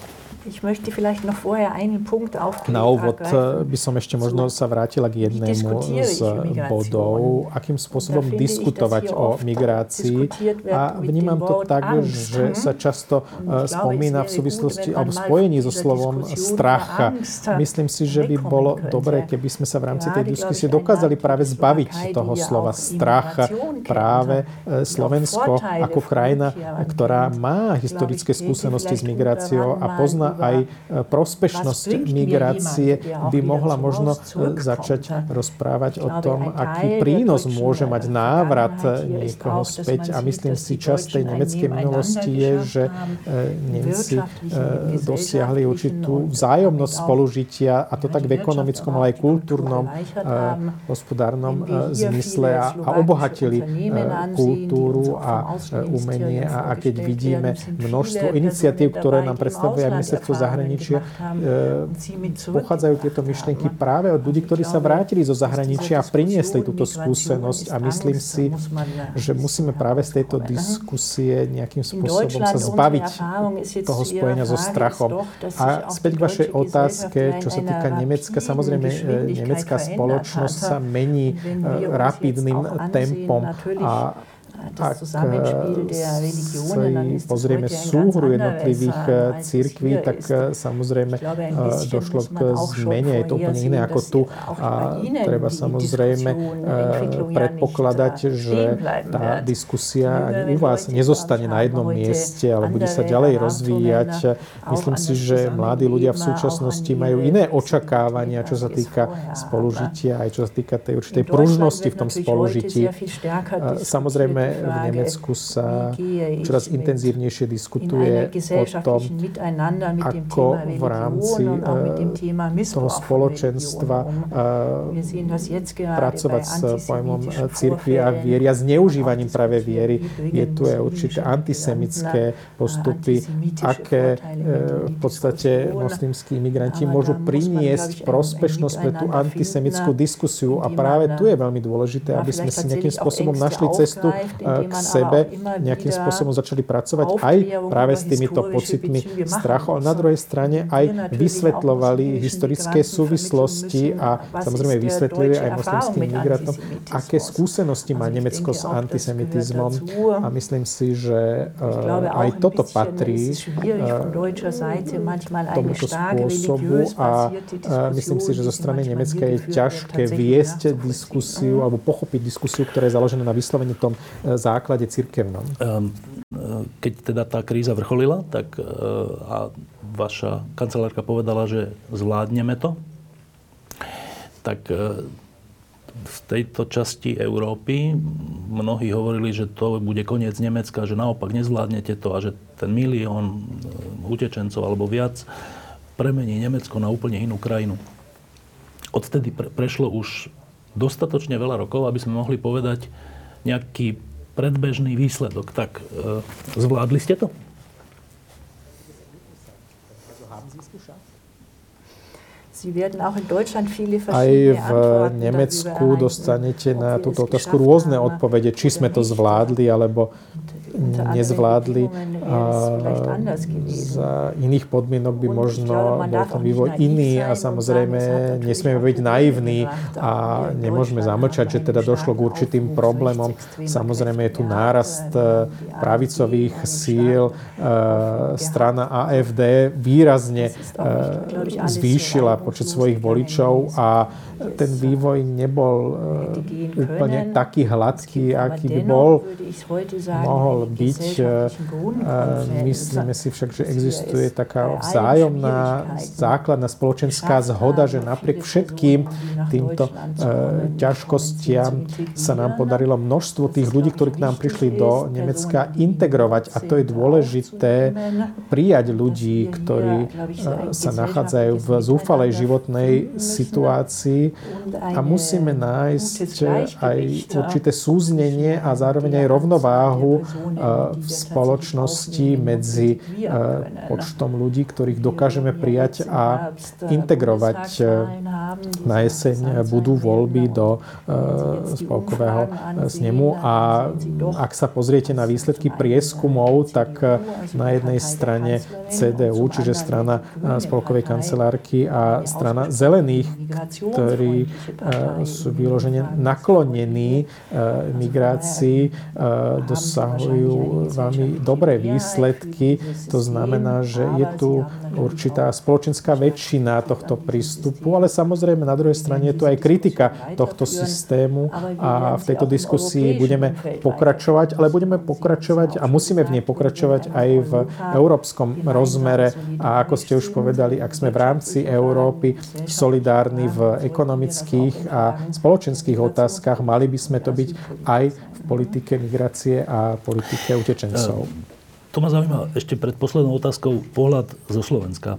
Na úvod by som ešte možno sa vrátila k jednému z bodov, akým spôsobom diskutovať o migrácii. A vnímam to tak, že sa často spomína v súvislosti alebo spojení so slovom strach. Myslím si, že by bolo dobré, keby sme sa v rámci tej diskusie dokázali práve zbaviť toho slova strach. Práve Slovensko ako krajina, ktorá má historické skúsenosti s migráciou a pozná aj prospešnosť migrácie, by mohla možno začať rozprávať o tom, aký prínos môže mať návrat niekoho späť. A myslím si, časť tej nemeckej minulosti je, že Nemci dosiahli určitú vzájomnosť spolužitia, a to tak v ekonomickom, ale aj kultúrnom, hospodárnom zmysle, a, a obohatili kultúru a umenie. A, a keď vidíme množstvo iniciatív, ktoré nám predstavuje aj ministerstvo zahraničia, pochádzajú tieto myšlienky práve od ľudí, ktorí sa vrátili zo zahraničia a priniesli túto skúsenosť, a myslím si, že musíme práve z tejto diskusie nejakým spôsobom sa zbaviť toho spojenia so strachom. A späť k vašej otázke, čo sa týka Nemecka, samozrejme nemecká spoločnosť sa mení rapidným tempom, a ak si pozrieme súhru jednotlivých cirkví, tak samozrejme došlo k zmene, je to úplne iné ako tu, a treba samozrejme predpokladať, že tá diskusia ani u vás nezostane na jednom mieste, ale bude sa ďalej rozvíjať. Myslím si, že mladí ľudia v súčasnosti majú iné očakávania, čo sa týka spolužitia, aj čo sa týka tej určitej pružnosti v tom spolužití. Samozrejme, v Nemecku sa čoraz intenzívnejšie diskutuje o tom, ako v rámci toho spoločenstva pracovať s pojmom cirkvi a viery a zneužívaním práve viery. Je tu aj určité antisemické postupy, aké v podstate moslimskí imigranti môžu priniesť prospešnosť pre tú antisemickú diskusiu. A práve tu je veľmi dôležité, aby sme si nejakým spôsobom našli cestu k sebe, nejakým spôsobom začali pracovať aj práve s týmito pocitmi strachu, ale na druhej strane aj vysvetľovali historické súvislosti a samozrejme vysvetlili aj moslimským migrantom, aké skúsenosti má Nemecko s antisemitizmom, a myslím si, že aj toto patrí tomuto spôsobu, a myslím si, že zo strany Nemecka je ťažké viesť diskusiu alebo pochopiť diskusiu, ktorá je založená na vyslovene tom základe cirkevnom. Keď teda tá kríza vrcholila, tak a vaša kancelárka povedala, že zvládneme to, tak v tejto časti Európy mnohí hovorili, že to bude koniec Nemecka, že naopak nezvládnete to a že ten milión utečencov alebo viac premení Nemecko na úplne inú krajinu. Odvtedy pre- prešlo už dostatočne veľa rokov, aby sme mohli povedať nejaký predbežný výsledok. Tak e, zvládli ste to? Aj v Nemecku dostanete na túto otázku rôzne odpovede, či sme to zvládli, alebo nezvládli. A za iných podmienok by možno bol ten vývoj iný, a samozrejme nesmieme byť naivní a nemôžeme zamlčať, že teda došlo k určitým problémom. Samozrejme je tu nárast pravicových síl. Strana á ef dé výrazne zvýšila počet svojich voličov a ten vývoj nebol úplne taký hladký, aký by bol mohol byť. Myslíme si však, že existuje taká vzájomná základná spoločenská zhoda, že napriek všetkým týmto ťažkostiam sa nám podarilo množstvo tých ľudí, ktorí k nám prišli do Nemecka, integrovať. A to je dôležité, prijať ľudí, ktorí sa nachádzajú v zúfalej životnej situácii, a musíme nájsť aj určité súznenie a zároveň aj rovnováhu v spoločnosti medzi počtom ľudí, ktorých dokážeme prijať a integrovať. Na jeseň budú voľby do spolkového snemu a ak sa pozriete na výsledky prieskumov, tak na jednej strane cé dé ú, čiže strana spolkovej kancelárky a strana zelených, ktorí sú vyložene naklonení migrácii, dosahujú veľmi dobré výsledky. To znamená, že je tu určitá spoločenská väčšina tohto prístupu, ale samozrejme na druhej strane je tu aj kritika tohto systému a v tejto diskusii budeme pokračovať, ale budeme pokračovať a musíme v nej pokračovať aj v európskom rozmere a ako ste už povedali, ak sme v rámci Európy solidárni v ekonomických a spoločenských otázkach, mali by sme to byť aj v politike migrácie a politike utečencov. To ma zaujíma ešte pred poslednou otázkou pohľad zo Slovenska.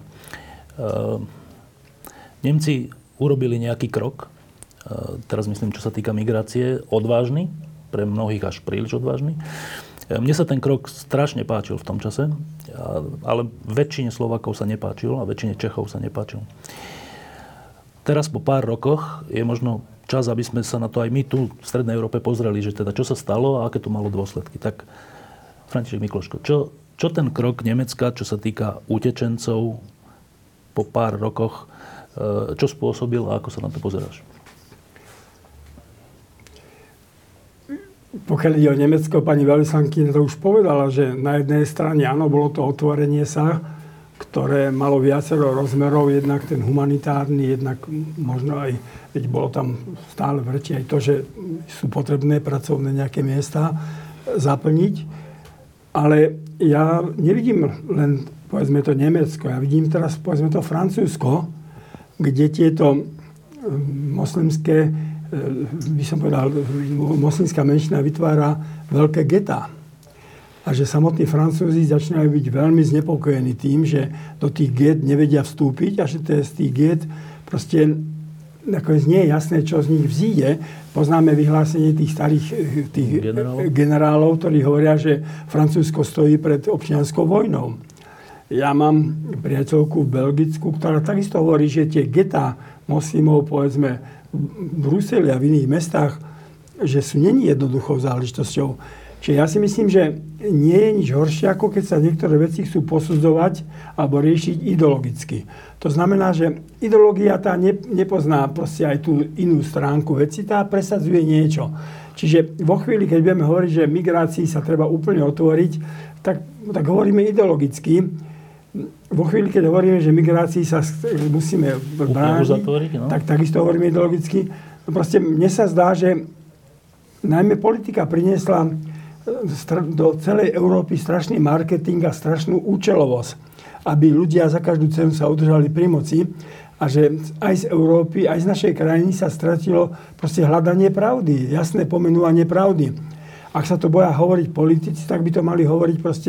Nemci urobili nejaký krok, teraz myslím, čo sa týka migrácie, odvážny, pre mnohých až príliš odvážny. Mne sa ten krok strašne páčil v tom čase, ale väčšine Slovákov sa nepáčil a väčšine Čechov sa nepáčil. Teraz po pár rokoch je možno čas, aby sme sa na to aj my tu v Strednej Európe pozreli, že teda čo sa stalo a aké to malo dôsledky. Tak František Mikloško, čo, čo ten krok Nemecka, čo sa týka utečencov po pár rokoch, čo spôsobil a ako sa na to pozeráš? Pokiaľ ide o Nemecko, pani veľvyslankyňa to už povedala, že na jednej strane áno, bolo to otvorenie sa, ktoré malo viacero rozmerov, jednak ten humanitárny, jednak možno aj, veď bolo tam stále v reči aj to, že sú potrebné pracovné nejaké miesta zaplniť. Ale ja nevidím len, povedzme to Nemecko, ja vidím teraz, povedzme to Francúzsko, kde tieto moslimské, by som povedal, moslimská menšina vytvára veľké getá. A že samotní Francúzi začínajú byť veľmi znepokojení tým, že do tých get nevedia vstúpiť a že to je z tých get proste nakoniec nie je jasné, čo z nich vzíde. Poznáme vyhlásenie tých starých tých generálov. generálov, ktorí hovoria, že Francúzsko stojí pred občianskou vojnou. Ja mám priateľku v Belgicku, ktorá takisto hovorí, že tie getá moslimov, povedzme, v Bruseli a v iných mestách, že sú není jednoduchou záležitosťou. Čiže ja si myslím, že nie je nič horšie, ako keď sa niektoré veci chcú posudzovať alebo riešiť ideologicky. To znamená, že ideológia tá ne, nepozná proste aj tú inú stránku veci, tá presadzuje niečo. Čiže vo chvíli, keď budeme hovoriť, že migrácii sa treba úplne otvoriť, tak, tak hovoríme ideologicky. Vo chvíli, keď hovoríme, že migrácii sa musíme brániť, no? tak takisto hovoríme ideologicky. No proste mne sa zdá, že najmä politika priniesla do celej Európy strašný marketing a strašnú účelovosť, aby ľudia za každú cenu sa udržali pri moci a že aj z Európy, aj z našej krajiny sa stratilo proste hľadanie pravdy, jasné pomenovanie pravdy. Ak sa to boja hovoriť politici, tak by to mali hovoriť proste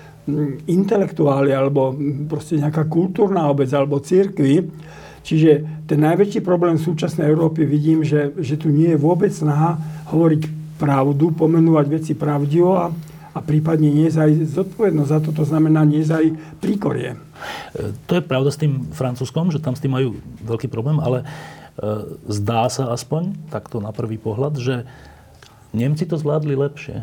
intelektuáli alebo proste nejaká kultúrna obec alebo cirkvi. Čiže ten najväčší problém súčasnej Európy vidím, že, že tu nie je vôbec snaha hovoriť pravdu, pomenovať veci pravdivo a, a prípadne niesť aj zodpovednosť za to, to znamená niesť aj príkorie. To je pravda s tým Francúzskom, že tam s tým majú veľký problém, ale zdá sa aspoň, takto na prvý pohľad, že Nemci to zvládli lepšie.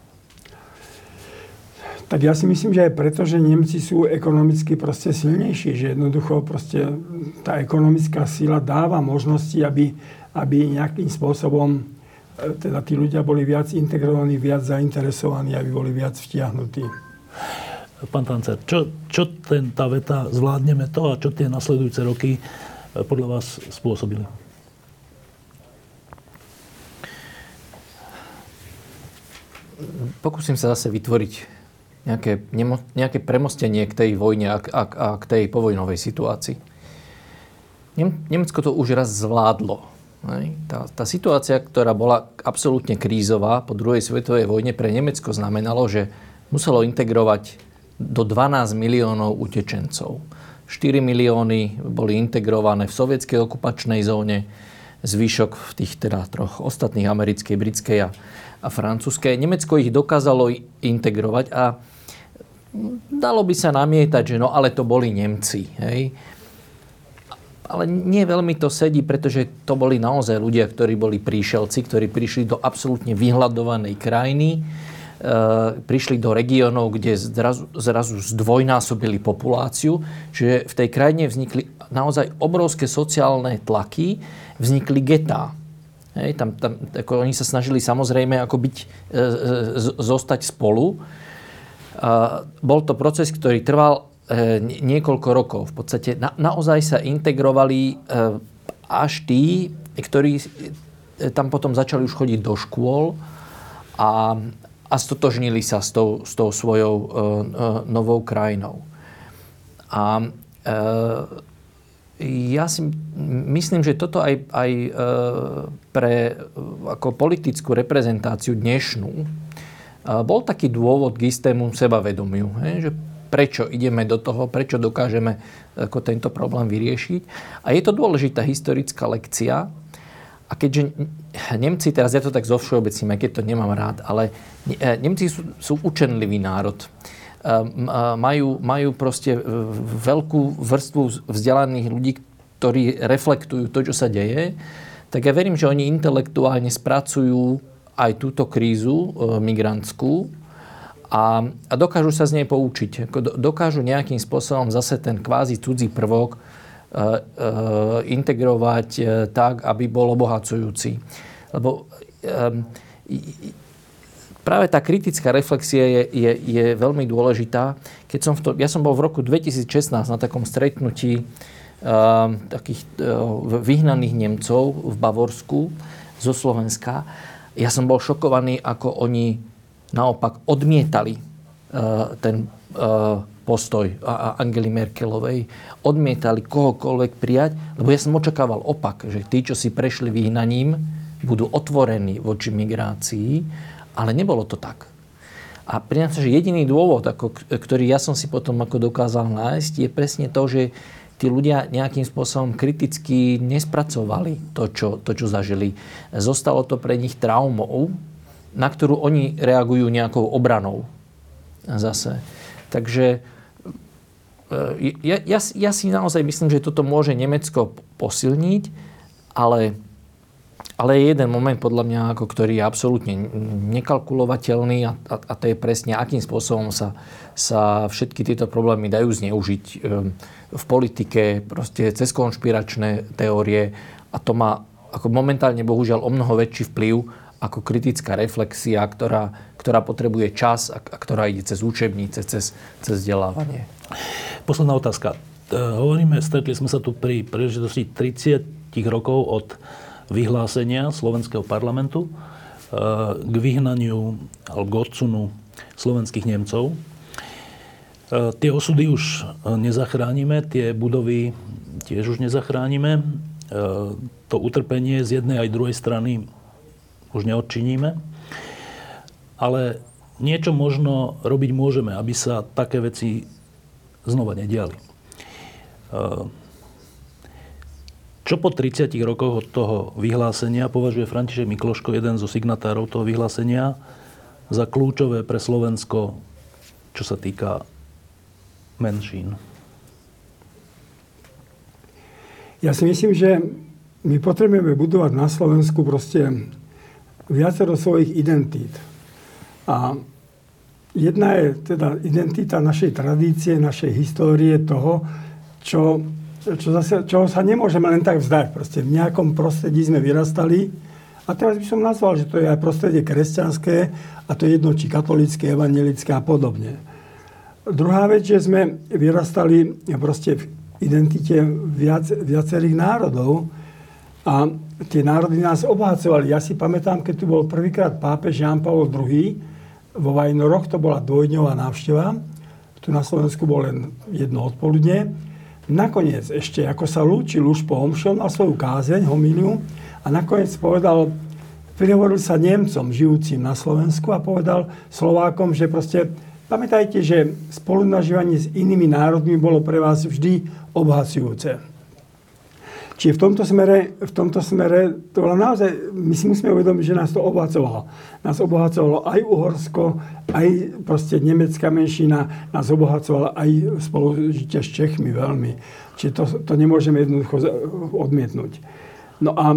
Tak ja si myslím, že aj preto, že Nemci sú ekonomicky proste silnejší, že jednoducho proste tá ekonomická sila dáva možnosti, aby, aby nejakým spôsobom teda tí ľudia boli viac integrovaní, viac zainteresovaní, aby boli viac vtiahnutí. Pán Tancer, čo, čo ten, tá veta zvládneme to a čo tie nasledujúce roky podľa vás spôsobili? Pokúsim sa zase vytvoriť Nejaké, nemo, nejaké premostenie k tej vojne a, a, a k tej povojnovej situácii. Nem, Nemecko to už raz zvládlo. Tá, tá situácia, ktorá bola absolútne krízová po druhej svetovej vojne, pre Nemecko znamenalo, že muselo integrovať do dvanásť miliónov utečencov. štyri milióny boli integrované v sovietskej okupačnej zóne, zvyšok v tých teda troch ostatných, americkej, britskej a, a francúzskej. Nemecko ich dokázalo integrovať a dalo by sa namietať, že no ale to boli Nemci. Hej. Ale nie veľmi to sedí, pretože to boli naozaj ľudia, ktorí boli príšelci, ktorí prišli do absolútne vyhľadovanej krajiny, e, prišli do regiónov, kde zrazu, zrazu zdvojnásobili populáciu, že v tej krajine vznikli naozaj obrovské sociálne tlaky, vznikli getá. Hej, tam, tam, ako oni sa snažili samozrejme ako byť, e, z, zostať spolu. E, bol to proces, ktorý trval niekoľko rokov. V podstate na, naozaj sa integrovali e, až tí, ktorí tam potom začali už chodiť do škôl a, a stotožnili sa s tou, s tou svojou e, e, novou krajinou. A e, ja si myslím, že toto aj, aj e, pre ako politickú reprezentáciu dnešnú e, bol taký dôvod k istému sebavedomiu. He, že prečo ideme do toho, prečo dokážeme ako tento problém vyriešiť. A je to dôležitá historická lekcia. A keďže Nemci, teraz ja to tak zovšeobecním, aj keď to nemám rád, ale Nemci sú, sú učenlivý národ. Majú, majú proste veľkú vrstvu vzdelaných ľudí, ktorí reflektujú to, čo sa deje. Tak ja verím, že oni intelektuálne spracujú aj túto krízu migrantskú, A, a dokážu sa z nej poučiť. Dokážu nejakým spôsobom zase ten kvázi cudzí prvok e, e, integrovať e, tak, aby bol obohacujúci. Lebo e, práve tá kritická reflexia je, je, je veľmi dôležitá. Keď som v to, ja som bol v roku dvetisícšestnásť na takom stretnutí e, takých e, vyhnaných Nemcov v Bavorsku zo Slovenska. Ja som bol šokovaný, ako oni naopak odmietali uh, ten uh, postoj Angely Merkelovej. Odmietali kohokoľvek prijať, lebo ja som očakával opak, že tí, čo si prešli vyhnaním, budú otvorení voči migrácii, ale nebolo to tak. A priznám sa, že jediný dôvod, ako, ktorý ja som si potom ako dokázal nájsť, je presne to, že tí ľudia nejakým spôsobom kriticky nespracovali to, čo, to, čo zažili. Zostalo to pre nich traumou, na ktorú oni reagujú nejakou obranou zase. Takže ja, ja, ja si naozaj myslím, že toto môže Nemecko posilniť, ale, ale je jeden moment podľa mňa, ako, ktorý je absolútne nekalkulovateľný a, a, a to je presne, akým spôsobom sa, sa všetky tieto problémy dajú zneužiť v politike, proste cez konšpiračné teórie a to má ako momentálne bohužiaľ o mnoho väčší vplyv ako kritická reflexia, ktorá, ktorá potrebuje čas a, a ktorá ide cez učebnice, cez, cez vzdelávanie. Posledná otázka. Hovoríme, stretli sme sa tu pri príležitosti tridsať rokov od vyhlásenia Slovenského parlamentu k vyhnaniu alebo k odsunu slovenských Nemcov. Tie osudy už nezachránime, tie budovy tiež už nezachránime. To utrpenie z jednej aj druhej strany už neodčiníme. Ale niečo možno robiť môžeme, aby sa také veci znova nediali. Čo po tridsiatich rokoch od toho vyhlásenia považuje František Mikloško, jeden zo signatárov toho vyhlásenia, za kľúčové pre Slovensko, čo sa týka menšín? Ja si myslím, že my potrebujeme budovať na Slovensku proste viacero svojich identít. A jedna je teda identita našej tradície, našej histórie, toho, čo, čo zase, čoho sa nemôžeme len tak vzdať. Proste v nejakom prostredí sme vyrastali a teraz by som nazval, že to je aj prostredie kresťanské a to je jedno, či katolícke, evanjelické a podobne. Druhá vec, že sme vyrastali proste v identite viac, viacerých národov a tie národy nás obohacovali. Ja si pamätám, keď tu bol prvýkrát pápež Ján Pavol druhý. Vo Vajnoroch, to bola dvojdňová návšteva. Tu na Slovensku bol len jedno odpoludne. Nakoniec ešte, ako sa lúčil už po omši, mal svoju kázeň, homíliu a nakoniec povedal, prihovoril sa Nemcom žijúcim na Slovensku a povedal Slovákom, že proste pamätajte, že spolunažívanie s inými národmi bolo pre vás vždy obohacujúce. Čiže v tomto smere, v tomto smere to bola naozaj, my si musíme uvedomiť, že nás to obohacovalo. Nás obohacovalo aj Uhorsko, aj proste nemecká menšina, nás obohacovala aj spolužitie s Čechmi veľmi. Čiže to, to nemôžeme jednoducho odmietnúť. No a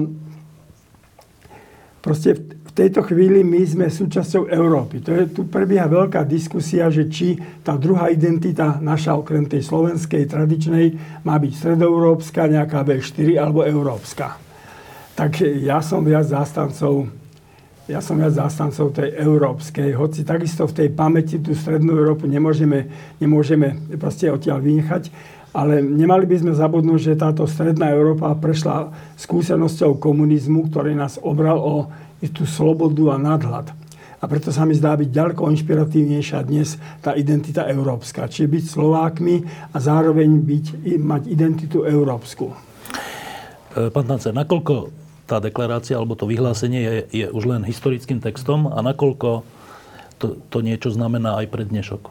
proste v tejto chvíli my sme súčasťou Európy. To je, tu prebieha veľká diskusia, že či tá druhá identita naša, okrem tej slovenskej, tradičnej, má byť stredoeurópska, nejaká vé štyri alebo európska. Tak ja som viac zástancov, ja som viac zástancov tej európskej, hoci takisto v tej pamäti tú strednú Európu nemôžeme, nemôžeme proste odtiaľ vynechať, ale nemali by sme zabudnúť, že táto stredná Európa prešla skúsenosťou komunizmu, ktorý nás obral o tú slobodu a nadhľad. A preto sa mi zdá byť ďaleko inšpiratívnejšia dnes tá identita európska. Čiže byť Slovákmi a zároveň byť, mať identitu európsku. Pán Tancer, nakoľko tá deklarácia alebo to vyhlásenie je, je už len historickým textom a nakoľko to, to niečo znamená aj pre dnešok?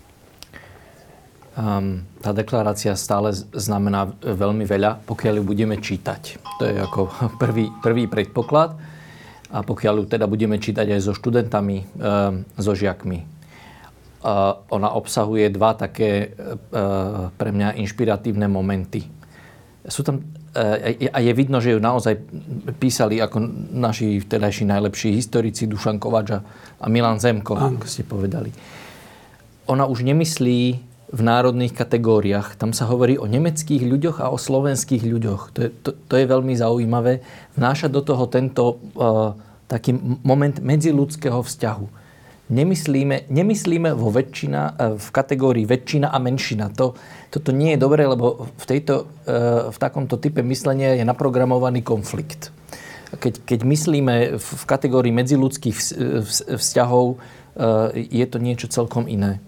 Um, tá deklarácia stále znamená veľmi veľa, pokiaľ ju budeme čítať. To je ako prvý, prvý predpoklad. A pokiaľ ju teda budeme čítať aj so študentami, e, so žiakmi. E, ona obsahuje dva také e, pre mňa inšpiratívne momenty. Sú tam, e, a je vidno, že ju naozaj písali ako naši vtedajší najlepší historici Dušan Kovač a Milan Zemko, ako ste povedali. Ona už nemyslí v národných kategóriách. Tam sa hovorí o nemeckých ľuďoch a o slovenských ľuďoch. To je, to, to je veľmi zaujímavé. Vnáša do toho tento uh, taký moment medziľudského vzťahu. Nemyslíme, nemyslíme vo väčšina, uh, v kategórii väčšina a menšina. To, toto nie je dobré, lebo v, tejto, uh, v takomto type myslenia je naprogramovaný konflikt. Keď, keď myslíme v, v kategórii medziľudských vzťahov, uh, je to niečo celkom iné.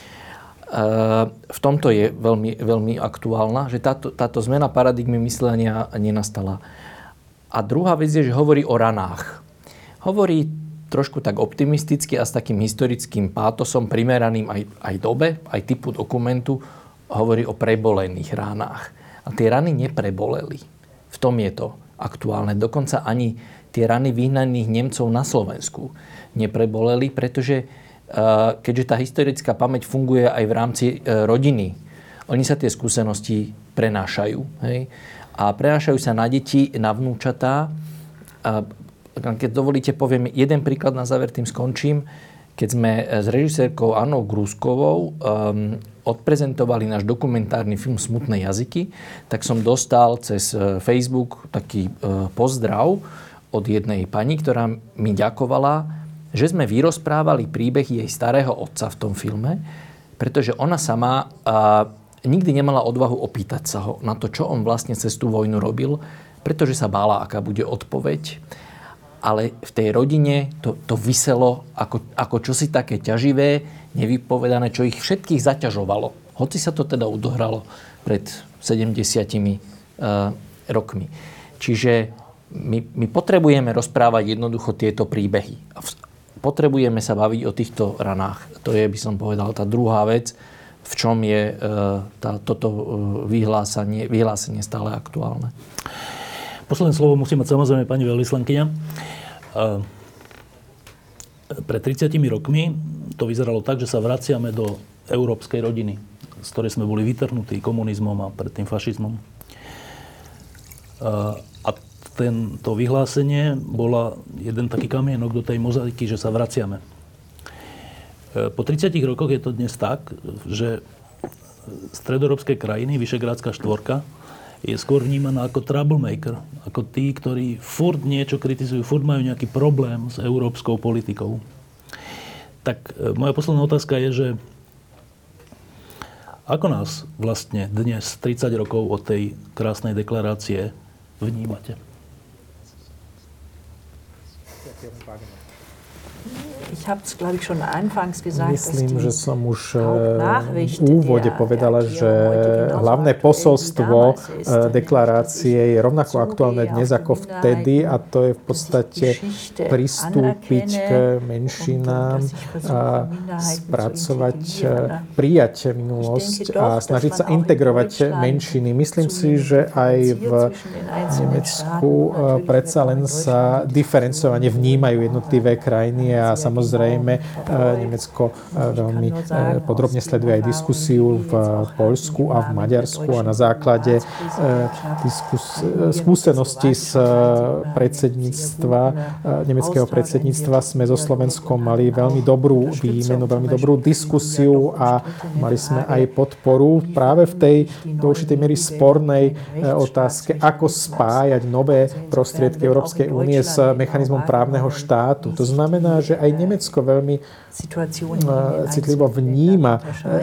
V tomto je veľmi, veľmi aktuálna, že táto, táto zmena paradigmy myslenia nenastala. A druhá vec je, že hovorí o ranách. Hovorí trošku tak optimisticky a s takým historickým pátosom, primeraným aj, aj dobe, aj typu dokumentu, hovorí o prebolených ranách. A tie rany nepreboleli. V tom je to aktuálne. Dokonca ani tie rany vyhnaných Nemcov na Slovensku nepreboleli, pretože keďže tá historická pamäť funguje aj v rámci rodiny. Oni sa tie skúsenosti prenášajú. Hej? A prenášajú sa na deti, na vnúčatá. A keď dovolíte, poviem jeden príklad, na záver tým skončím. Keď sme s režisérkou Annou Grúskovou um, odprezentovali náš dokumentárny film Smutné jazyky, tak som dostal cez Facebook taký uh, pozdrav od jednej pani, ktorá mi ďakovala, že sme vyrozprávali príbeh jej starého otca v tom filme, pretože ona sama a, nikdy nemala odvahu opýtať sa ho na to, čo on vlastne cez tú vojnu robil, pretože sa bála, aká bude odpoveď. Ale v tej rodine to, to viselo ako, ako čosi také ťaživé, nevypovedané, čo ich všetkých zaťažovalo. Hoci sa to teda odohralo pred sedemdesiatimi uh, rokmi. Čiže my, my potrebujeme rozprávať jednoducho tieto príbehy. A v, Potrebujeme sa baviť o týchto ranách. To je, by som povedal, tá druhá vec, v čom je tá, toto vyhlásenie, vyhlásenie stále aktuálne. Posledné slovo musí mať samozrejme pani veľvyslankyňa. Pred tridsiatimi rokmi to vyzeralo tak, že sa vraciame do európskej rodiny, z ktorej sme boli vytrhnutí komunizmom a predtým fašizmom. A ten, to vyhlásenie bola jeden taký kamienok do tej mozaiky, že sa vraciame. Po tridsiatich rokoch je to dnes tak, že stredoeurópske krajiny, Vyšegrádska štvorka, je skôr vnímaná ako troublemaker, ako tí, ktorí furt niečo kritizujú, furt majú nejaký problém s európskou politikou. Tak moja posledná otázka je, že ako nás vlastne dnes, tridsať rokov od tej krásnej deklarácie, vnímate? Myslím, že som už v úvode povedala, že hlavné posolstvo deklarácie je rovnako aktuálne dnes ako vtedy a to je v podstate pristúpiť k menšinám, a spracovať, prijať minulosť a snažiť sa integrovať menšiny. Myslím si, že aj v Nemecku predsa len sa diferencovane vnímajú jednotlivé krajiny a samozrejme Nemecko veľmi podrobne sleduje aj diskusiu v Poľsku a v Maďarsku a na základe diskus- skúseností z predsedníctva, nemeckého predsedníctva sme so Slovenskom mali veľmi dobrú výmenu, veľmi dobrú diskusiu a mali sme aj podporu práve v tej do určitej miery spornej otázke, ako spájať nové prostriedky Európskej únie s mechanizmom právneho štátu. To znamená, že aj Nemecko veľmi citlivo vníma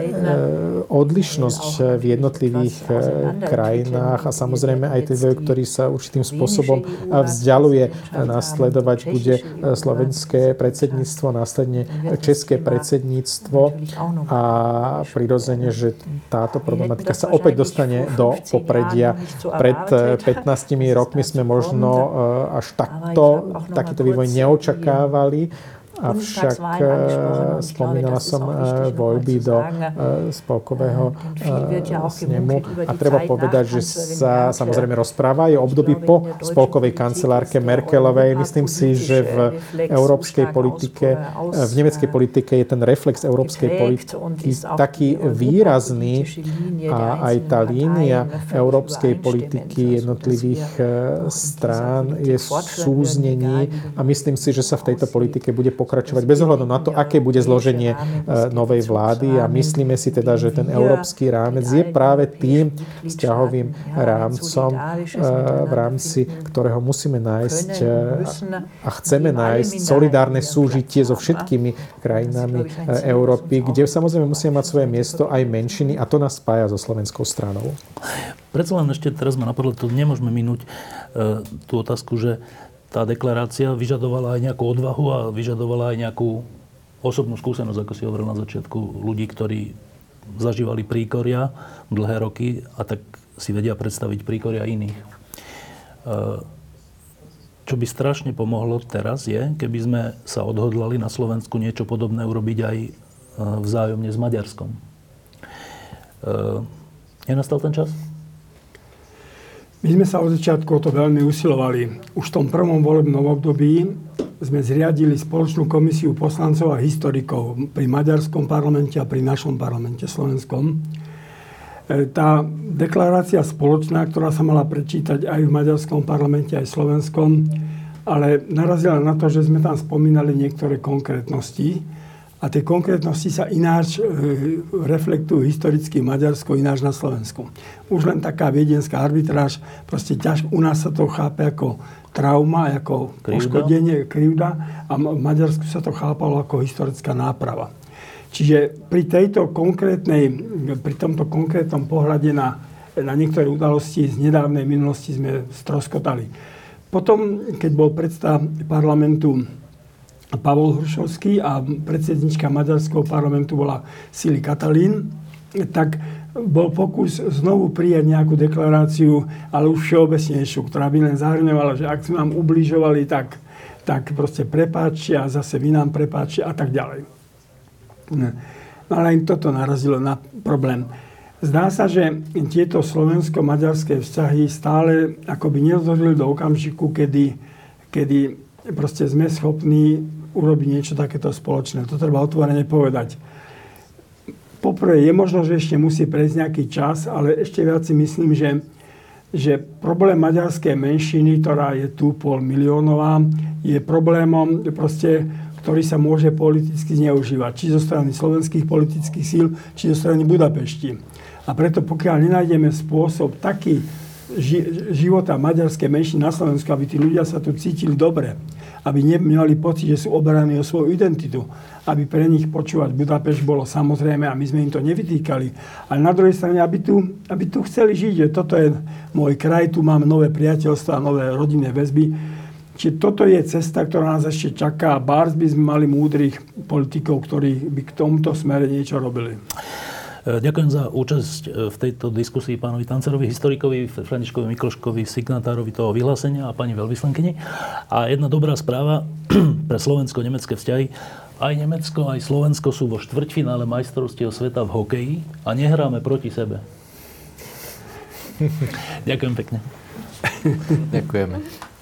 odlišnosť v jednotlivých krajinách a samozrejme aj ten vývoj, ktorý sa určitým spôsobom vzdialuje. Nasledovať bude slovenské predsedníctvo, následne české predsedníctvo a prirodzene, že táto problematika sa opäť dostane do popredia. Pred pätnástimi rokmi sme možno až takto, takýto vývoj neočakávali. Avšak spomínala som voľby do spolkového snemu a treba povedať, že sa samozrejme rozpráva aj o období po spolkovej kancelárke Merkelovej. Myslím si, že v európskej politike, v nemeckej politike je ten reflex európskej politiky taký výrazný a aj tá línia európskej politiky jednotlivých strán je v súznení a myslím si, že sa v tejto politike bude pokračovať bez ohľadu na to, aké bude zloženie novej vlády a myslíme si teda, že ten európsky rámec je práve tým vzťahovým rámcom, v rámci ktorého musíme nájsť a chceme nájsť solidárne súžitie so všetkými krajinami Európy, kde samozrejme musíme mať svoje miesto aj menšiny a to nás spája so slovenskou stranou. Predsa len ešte teraz ma napadlo, to nemôžeme minúť tú otázku, že tá deklarácia vyžadovala aj nejakú odvahu a vyžadovala aj nejakú osobnú skúsenosť, ako si hovoril na začiatku, ľudí, ktorí zažívali príkoria dlhé roky a tak si vedia predstaviť príkoria iných. Čo by strašne pomohlo teraz je, keby sme sa odhodlali na Slovensku niečo podobné urobiť aj vzájomne s Maďarskom. Nenastal ten čas? My sme sa od začiatku o to veľmi usilovali. Už v tom prvom volebnom období sme zriadili spoločnú komisiu poslancov a historikov pri maďarskom parlamente a pri našom parlamente slovenskom. Tá deklarácia spoločná, ktorá sa mala prečítať aj v maďarskom parlamente, aj v slovenskom, ale narazila na to, že sme tam spomínali niektoré konkrétnosti a tie konkrétnosti sa ináč reflektujú historicky v Maďarsku, ináč na Slovensku. Už len taká viedenská arbitráž, proste ťažko, u nás sa to chápe ako trauma, ako poškodenie, krivda a v Maďarsku sa to chápalo ako historická náprava. Čiže pri tejto konkrétnej, pri tomto konkrétnom pohľade na, na niektoré udalosti z nedávnej minulosti sme stroskotali. Potom, keď bol predseda parlamentu Pavol Hrušovský a predsednička maďarského parlamentu bola Sili Katalín, tak bol pokus znovu prijať nejakú deklaráciu, ale už všeobecnejšiu, ktorá by len zahrňovala, že ak sme nám ubližovali, tak, tak proste prepáčte a zase vy nám prepáčte a tak ďalej. No ale im toto narazilo na problém. Zdá sa, že tieto slovensko-maďarské vzťahy stále akoby nedozreli do okamžiku, kedy, kedy proste sme schopní urobiť niečo takéto spoločné. To treba otvorene povedať. Poprvé, je možno, že ešte musí prejsť nejaký čas, ale ešte viac si myslím, že, že problém maďarskej menšiny, ktorá je tu pol miliónová, je problémom, proste, ktorý sa môže politicky zneužívať. Či zo strany slovenských politických síl, či zo strany Budapešti. A preto, pokiaľ nenájdeme spôsob taký ži- života maďarskej menšiny na Slovensku, aby tí ľudia sa tu cítili dobre, aby nemali pocit, že sú oberaní o svoju identitu, aby pre nich počúvať Budapešť bolo samozrejme a my sme im to nevytýkali. Ale na druhej strane, aby tu, aby tu chceli žiť, že toto je môj kraj, tu mám nové priateľstvá, nové rodinné väzby, Či toto je cesta, ktorá nás ešte čaká. Bárs by sme mali múdrych politikov, ktorí by k tomuto smere niečo robili. Ďakujem za účasť v tejto diskusii pánovi Tancerovi, historikovi, Františkovi Mikloškovi, signatárovi toho vyhlásenia a pani veľvyslankyni. A jedna dobrá správa pre slovensko-nemecké vzťahy. Aj Nemecko, aj Slovensko sú vo štvrťfinále majstrovstiev sveta v hokeji a nehráme proti sebe. Ďakujem pekne. Ďakujeme.